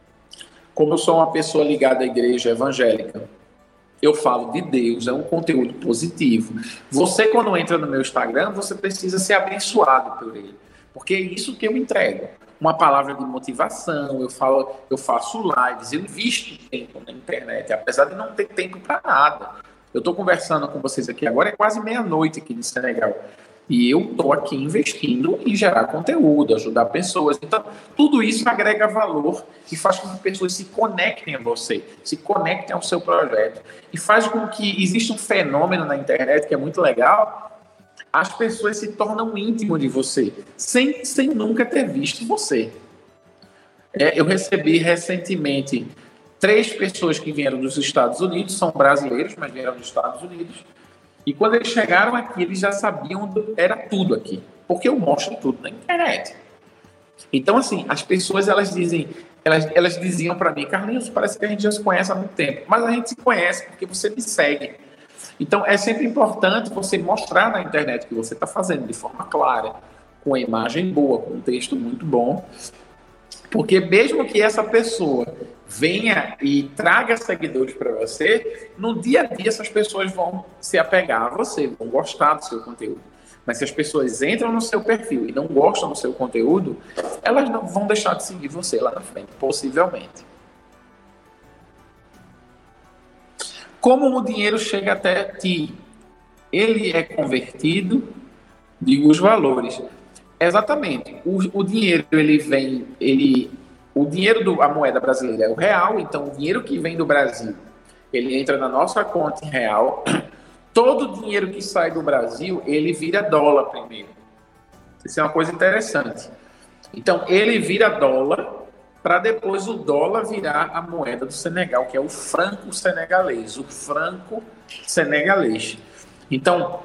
Como eu sou uma pessoa ligada à igreja evangélica, eu falo de Deus, é um conteúdo positivo. Você, quando entra no meu Instagram, você precisa ser abençoado por ele. Porque é isso que eu entrego. Uma palavra de motivação, eu, falo, eu faço lives, eu invisto tempo na internet, apesar de não ter tempo para nada. Eu estou conversando com vocês aqui agora, é quase meia-noite aqui no Senegal. E eu estou aqui investindo em gerar conteúdo, ajudar pessoas. Então, tudo isso agrega valor e faz com que pessoas se conectem a você, se conectem ao seu projeto. E faz com que exista um fenômeno na internet que é muito legal. As pessoas se tornam íntimas de você, sem, sem nunca ter visto você. É, eu recebi recentemente três pessoas que vieram dos Estados Unidos, são brasileiros, mas vieram dos Estados Unidos. E quando eles chegaram aqui, eles já sabiam onde era tudo aqui, porque eu mostro tudo na internet. Então, assim, as pessoas, elas dizem, elas, elas diziam para mim, Carlinhos, parece que a gente já se conhece há muito tempo, mas a gente se conhece porque você me segue. Então, é sempre importante você mostrar na internet o que você está fazendo de forma clara, com a imagem boa, com um texto muito bom, porque mesmo que essa pessoa venha e traga seguidores para você, no dia a dia essas pessoas vão se apegar a você, vão gostar do seu conteúdo. Mas se as pessoas entram no seu perfil e não gostam do seu conteúdo, elas não vão deixar de seguir você lá na frente, possivelmente. Como o dinheiro chega até ti? Ele é convertido, digo os valores. Exatamente. O, o dinheiro, ele vem, ele, o dinheiro da moeda brasileira é o real, então o dinheiro que vem do Brasil, ele entra na nossa conta em real. Todo o dinheiro que sai do Brasil, ele vira dólar primeiro. Isso é uma coisa interessante. Então, ele vira dólar, para depois o dólar virar a moeda do Senegal, que é o franco senegalês, o franco senegalês. Então,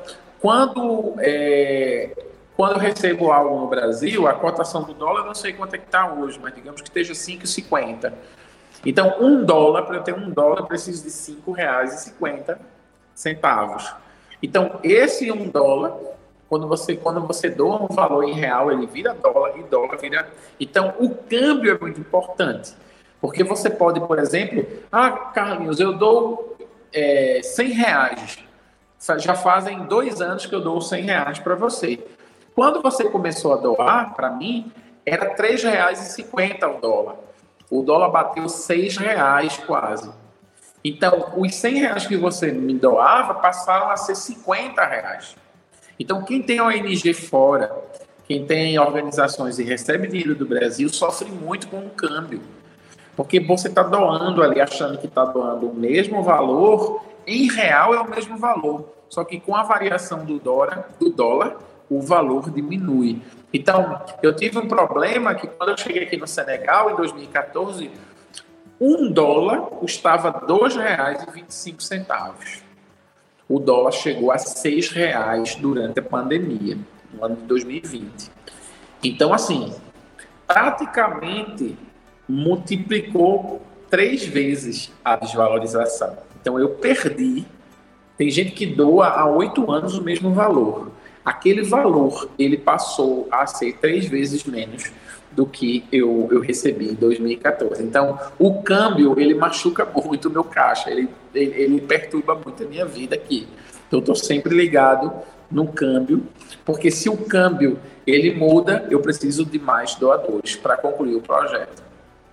Quando, é, quando eu recebo algo no Brasil, a cotação do dólar, eu não sei quanto é que está hoje, mas digamos que esteja cinco e cinquenta. Então, um dólar, para eu ter um dólar, eu preciso de cinco reais e cinquenta centavos. Então, esse um dólar, quando você, quando você doa um valor em real, ele vira dólar e dólar vira... Então, o câmbio é muito importante. Porque você pode, por exemplo, ah, Carlinhos, eu dou é, cem reais. Já fazem dois anos que eu dou cem reais para você. Quando você começou a doar, para mim, era três reais e cinquenta o dólar. O dólar bateu seis reais quase. Então, os cem reais que você me doava passaram a ser cinquenta reais. Então, quem tem O N G fora, quem tem organizações e recebe dinheiro do Brasil, sofre muito com o câmbio. Porque você está doando ali, achando que está doando o mesmo valor, em real é o mesmo valor. Só que com a variação do dólar, do dólar, o valor diminui. Então, eu tive um problema que quando eu cheguei aqui no Senegal, em dois mil e quatorze, um dólar custava dois reais e vinte e cinco centavos. O dólar chegou a seis reais durante a pandemia, no ano de dois mil e vinte. Então, assim, praticamente multiplicou três vezes a desvalorização. Então, eu perdi. Tem gente que doa há oito anos o mesmo valor. Aquele valor, ele passou a ser três vezes menos do que eu, eu recebi em dois mil e quatorze. Então, o câmbio, ele machuca muito o meu caixa, ele, ele, ele perturba muito a minha vida aqui. Então, eu estou sempre ligado no câmbio, porque se o câmbio, ele muda, eu preciso de mais doadores para concluir o projeto.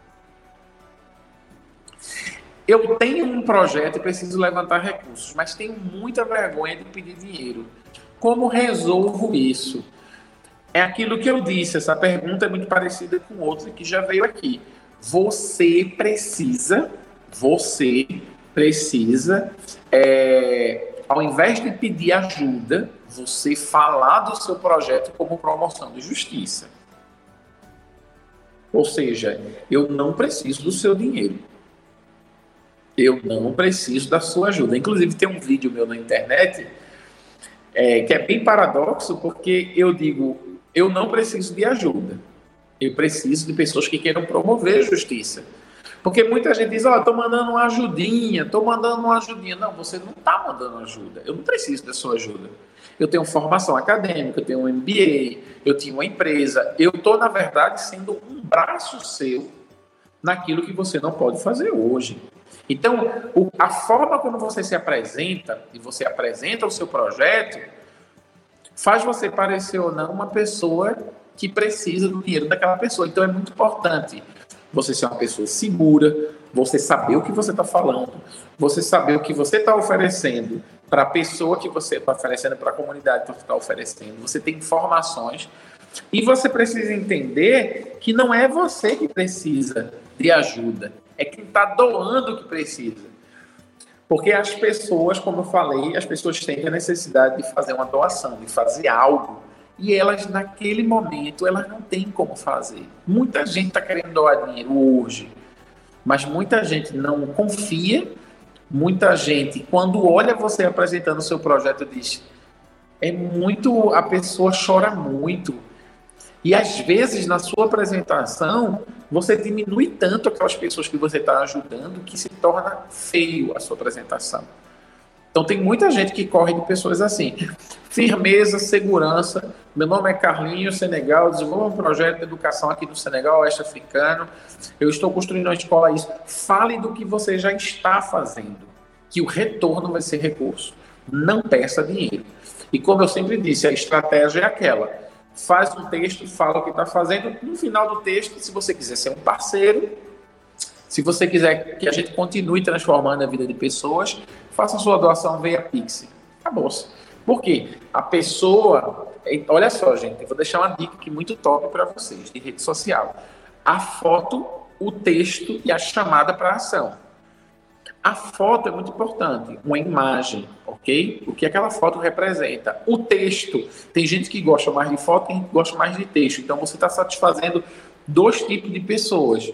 Eu tenho um projeto e preciso levantar recursos, mas tenho muita vergonha de pedir dinheiro. Como resolvo isso? É aquilo que eu disse, essa pergunta é muito parecida com outra que já veio aqui. Você precisa, você precisa, é, ao invés de pedir ajuda, você falar do seu projeto como promoção de justiça. Ou seja, eu não preciso do seu dinheiro. Eu não preciso da sua ajuda. Inclusive, tem um vídeo meu na internet é, que é bem paradoxo, porque eu digo, eu não preciso de ajuda. Eu preciso de pessoas que queiram promover justiça. Porque muita gente diz, ó, oh, estou mandando uma ajudinha, estou mandando uma ajudinha. Não, você não está mandando ajuda. Eu não preciso da sua ajuda. Eu tenho formação acadêmica, eu tenho um M B A, eu tinha uma empresa. Eu estou, na verdade, sendo um braço seu naquilo que você não pode fazer hoje. Então, o, a forma como você se apresenta, e você apresenta o seu projeto, faz você parecer ou não uma pessoa que precisa do dinheiro daquela pessoa. Então, é muito importante você ser uma pessoa segura, você saber o que você está falando, você saber o que você está oferecendo para a pessoa que você está oferecendo, para a comunidade que você está oferecendo. Você tem informações e você precisa entender que não é você que precisa de ajuda, é quem está doando que precisa. Porque as pessoas, como eu falei, as pessoas têm a necessidade de fazer uma doação, de fazer algo. E elas, naquele momento, elas não têm como fazer. Muita gente está querendo doar dinheiro hoje, mas muita gente não confia. Muita gente, quando olha você apresentando o seu projeto, diz, é muito, a pessoa chora muito. E às vezes, na sua apresentação, você diminui tanto aquelas pessoas que você está ajudando que se torna feio a sua apresentação. Então, tem muita gente que corre de pessoas assim. Firmeza, segurança. Meu nome é Carlinhos, Senegal. Desenvolvo um projeto de educação aqui no Senegal, oeste africano. Eu estou construindo uma escola. Isso. Fale do que você já está fazendo, que o retorno vai ser recurso. Não peça dinheiro. E como eu sempre disse, a estratégia é aquela. Faz um texto, fala o que está fazendo. No final do texto, se você quiser ser um parceiro, se você quiser que a gente continue transformando a vida de pessoas, faça a sua doação via Pix. Acabou-se. Por quê? A pessoa... Olha só, gente, eu vou deixar uma dica aqui muito top para vocês, de rede social. A foto, o texto e a chamada para a ação. A foto é muito importante, uma imagem, ok? O que aquela foto representa. O texto, tem gente que gosta mais de foto, tem gente que gosta mais de texto. Então, você está satisfazendo dois tipos de pessoas.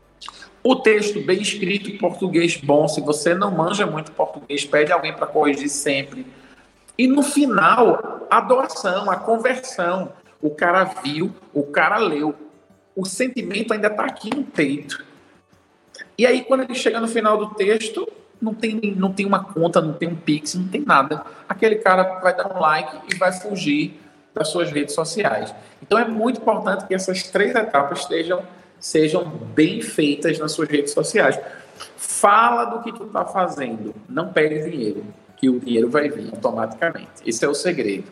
O texto bem escrito, português bom. Se você não manja muito português, pede alguém para corrigir sempre. E no final, a doação, a conversão. O cara viu, o cara leu. O sentimento ainda está aqui no peito. E aí, quando ele chega no final do texto, não tem, não tem uma conta, não tem um Pix, não tem nada. Aquele cara vai dar um like e vai fugir das suas redes sociais. Então, é muito importante que essas três etapas estejam, sejam bem feitas nas suas redes sociais. Fala do que tu está fazendo. Não pede dinheiro, que o dinheiro vai vir automaticamente. Esse é o segredo.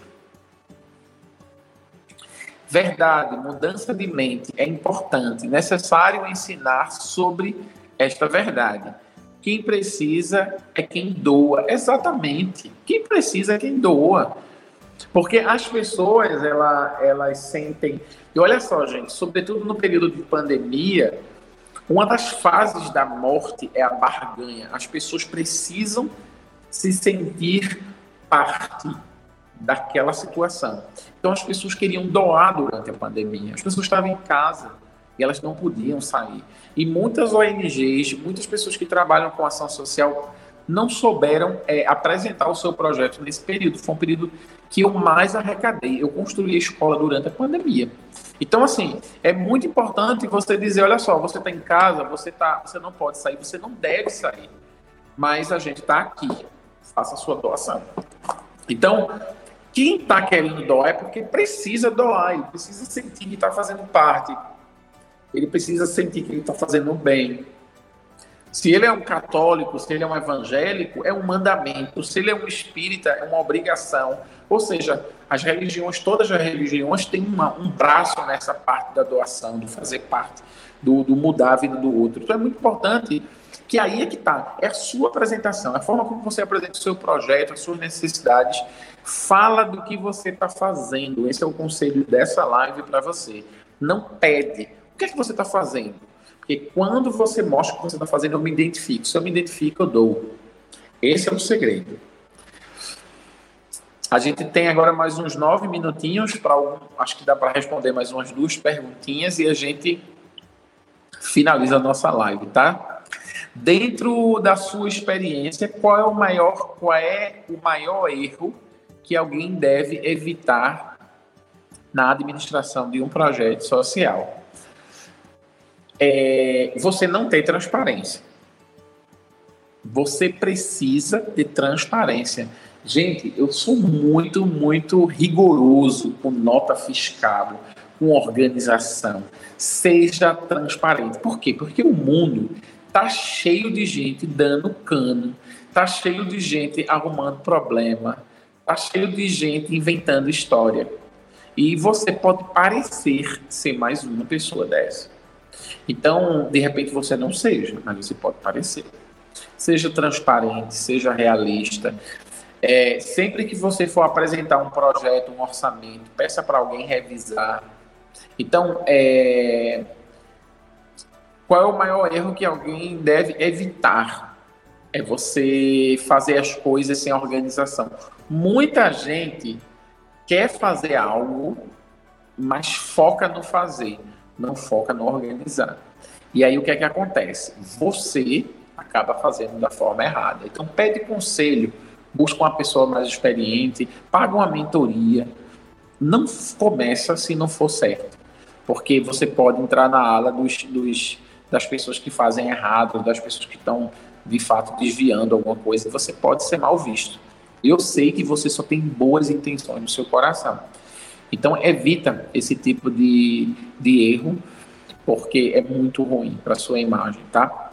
Verdade, mudança de mente é importante, necessário ensinar sobre esta verdade. Quem precisa é quem doa. Exatamente. Quem precisa é quem doa. Porque as pessoas, elas, elas sentem... E olha só, gente, sobretudo no período de pandemia, uma das fases da morte é a barganha. As pessoas precisam se sentir parte daquela situação. Então as pessoas queriam doar durante a pandemia. As pessoas estavam em casa e elas não podiam sair. E muitas O N Gs, muitas pessoas que trabalham com ação social não souberam é, apresentar o seu projeto nesse período. Foi um período que eu mais arrecadei. Eu construí a escola durante a pandemia. Então, assim, é muito importante você dizer, olha só, você está em casa, você, tá, você não pode sair, você não deve sair. Mas a gente está aqui. Faça a sua doação. Então, quem está querendo doar é porque precisa doar, ele precisa sentir que está fazendo parte, ele precisa sentir que ele está fazendo bem. Se ele é um católico, se ele é um evangélico, é um mandamento. Se ele é um espírita, é uma obrigação. Ou seja, as religiões, todas as religiões têm uma, um braço nessa parte da doação, do fazer parte, do, do mudar a vida do outro. Então é muito importante que aí é que está, é a sua apresentação, a forma como você apresenta o seu projeto, as suas necessidades, fala do que você está fazendo. Esse é o conselho dessa live para você. Não pede. O que é que você está fazendo? Porque quando você mostra o que você está fazendo, eu me identifico. Se eu me identifico, eu dou. Esse é o segredo. A gente tem agora mais uns nove minutinhos, para um, acho que dá para responder mais umas duas perguntinhas e a gente finaliza a nossa live, tá? Dentro da sua experiência, qual é o maior, qual é o maior erro que alguém deve evitar na administração de um projeto social? É você não ter transparência. Você precisa ter transparência. Gente, eu sou muito, muito rigoroso com nota fiscal, com organização. Seja transparente. Por quê? Porque o mundo está cheio de gente dando cano, está cheio de gente arrumando problema, está cheio de gente inventando história. E você pode parecer ser mais uma pessoa dessa. Então, de repente você não seja, mas você pode parecer. Seja transparente, seja realista. É, sempre que você for apresentar um projeto, um orçamento, peça para alguém revisar. Então, é... qual é o maior erro que alguém deve evitar? É você fazer as coisas sem organização. Muita gente quer fazer algo, mas foca no fazer, não foca no organizar. E aí o que é que acontece? Você acaba fazendo da forma errada. Então pede conselho, busca uma pessoa mais experiente, paga uma mentoria. Não começa se não for certo, porque você pode entrar na ala dos, dos, das pessoas que fazem errado, das pessoas que estão de fato desviando alguma coisa, você pode ser mal visto. Eu sei que você só tem boas intenções no seu coração. Então evita esse tipo de, de erro, porque é muito ruim para a sua imagem, tá?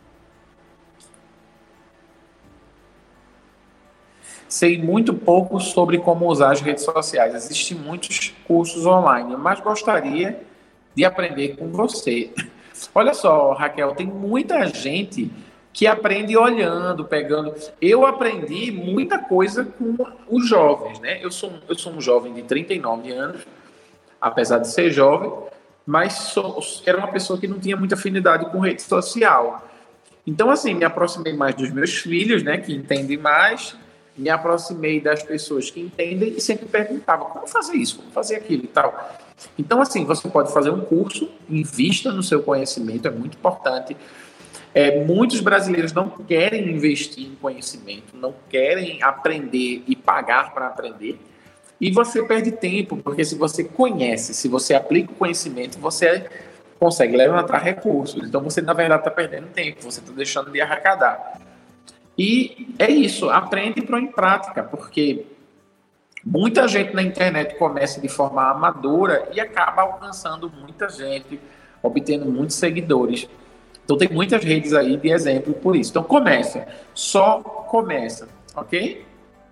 Sei muito pouco sobre como usar as redes sociais. Existem muitos cursos online, mas gostaria de aprender com você. Olha só, Raquel, tem muita gente que aprende olhando, pegando. Eu aprendi muita coisa com os jovens, né? Eu sou, eu sou um jovem de trinta e nove anos, apesar de ser jovem, mas sou, era uma pessoa que não tinha muita afinidade com rede social. Então, assim, me aproximei mais dos meus filhos, né, que entendem mais, me aproximei das pessoas que entendem e sempre perguntava como fazer isso, como fazer aquilo e tal. Então, assim, você pode fazer um curso, invista no seu conhecimento, é muito importante. É, muitos brasileiros não querem investir em conhecimento, não querem aprender e pagar para aprender. E você perde tempo, porque se você conhece, se você aplica o conhecimento, você consegue levantar recursos. Então você, na verdade, está perdendo tempo, você está deixando de arrecadar. E é isso, aprende e põe em prática, porque muita gente na internet começa de forma amadora e acaba alcançando muita gente, obtendo muitos seguidores. Então tem muitas redes aí de exemplo por isso. Então começa, só começa, ok?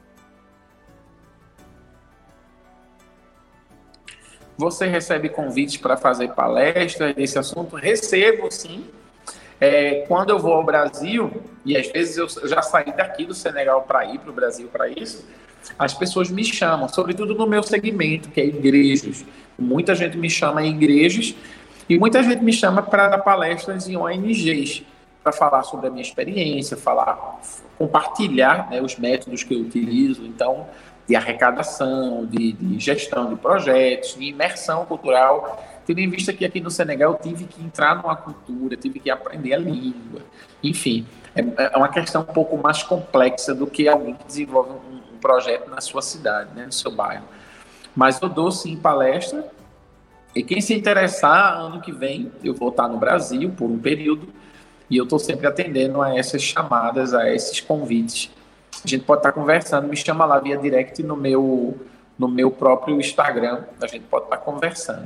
Você recebe convites para fazer palestras desse assunto? Recebo, sim. É, quando eu vou ao Brasil, e às vezes eu já saí daqui do Senegal para ir para o Brasil para isso, as pessoas me chamam, sobretudo no meu segmento, que é igrejas. Muita gente me chama em igrejas e muita gente me chama para dar palestras em O N Gs, para falar sobre a minha experiência, falar, compartilhar, né, os métodos que eu utilizo, então, de arrecadação, de, de gestão de projetos, de imersão cultural. Tendo em vista que aqui no Senegal eu tive que entrar numa cultura, tive que aprender a língua. Enfim, é, é uma questão um pouco mais complexa do que alguém que desenvolve um, um projeto na sua cidade, né, no seu bairro. Mas eu dou sim palestra, e quem se interessar, ano que vem, eu vou estar no Brasil por um período, e eu estou sempre atendendo a essas chamadas, a esses convites. A gente pode estar conversando, me chama lá via direct no meu, no meu próprio Instagram, a gente pode estar conversando.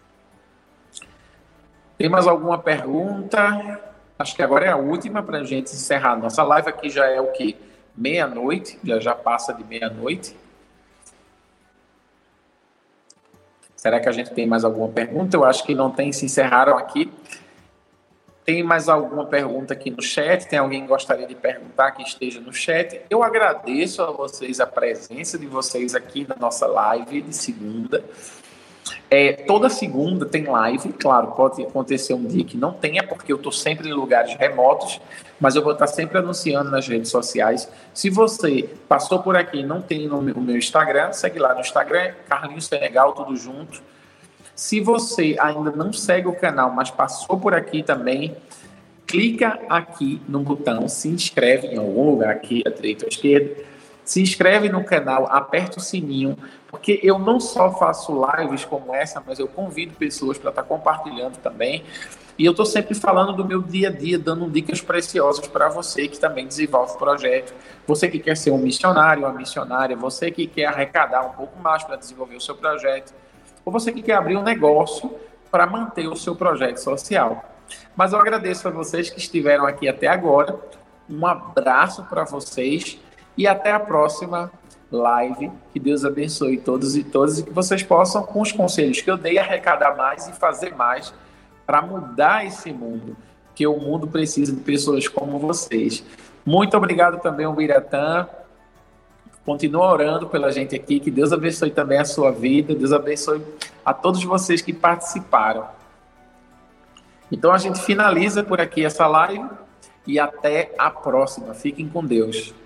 Tem mais alguma pergunta? Acho que agora é a última para a gente encerrar. Nossa live aqui já é o quê? Meia-noite, já já passa de meia-noite. Será que a gente tem mais alguma pergunta? Eu acho que não tem, se encerraram aqui. Tem mais alguma pergunta aqui no chat? Tem alguém que gostaria de perguntar que esteja no chat? Eu agradeço a vocês a presença de vocês aqui na nossa live de segunda. É, toda segunda tem live, claro, pode acontecer um dia que não tenha, porque eu estou sempre em lugares remotos, mas eu vou estar sempre anunciando nas redes sociais. Se você passou por aqui e não tem no meu, o meu Instagram, segue lá no Instagram, Carlinhos Senegal, tudo junto. Se você ainda não segue o canal, mas passou por aqui também, clica aqui no botão, se inscreve em algum lugar aqui, à direita ou à esquerda, se inscreve no canal, aperta o sininho, porque eu não só faço lives como essa, mas eu convido pessoas para estar compartilhando também. E eu estou sempre falando do meu dia a dia, dando dicas preciosas para você que também desenvolve projeto. Você que quer ser um missionário, uma missionária, você que quer arrecadar um pouco mais para desenvolver o seu projeto, ou você que quer abrir um negócio para manter o seu projeto social. Mas eu agradeço a vocês que estiveram aqui até agora. Um abraço para vocês. E até a próxima live. Que Deus abençoe todos e todas e que vocês possam, com os conselhos que eu dei, arrecadar mais e fazer mais para mudar esse mundo, que o mundo precisa de pessoas como vocês. Muito obrigado também ao Biratã. Continua orando pela gente aqui. Que Deus abençoe também a sua vida. Deus abençoe a todos vocês que participaram. Então a gente finaliza por aqui essa live e até a próxima. Fiquem com Deus.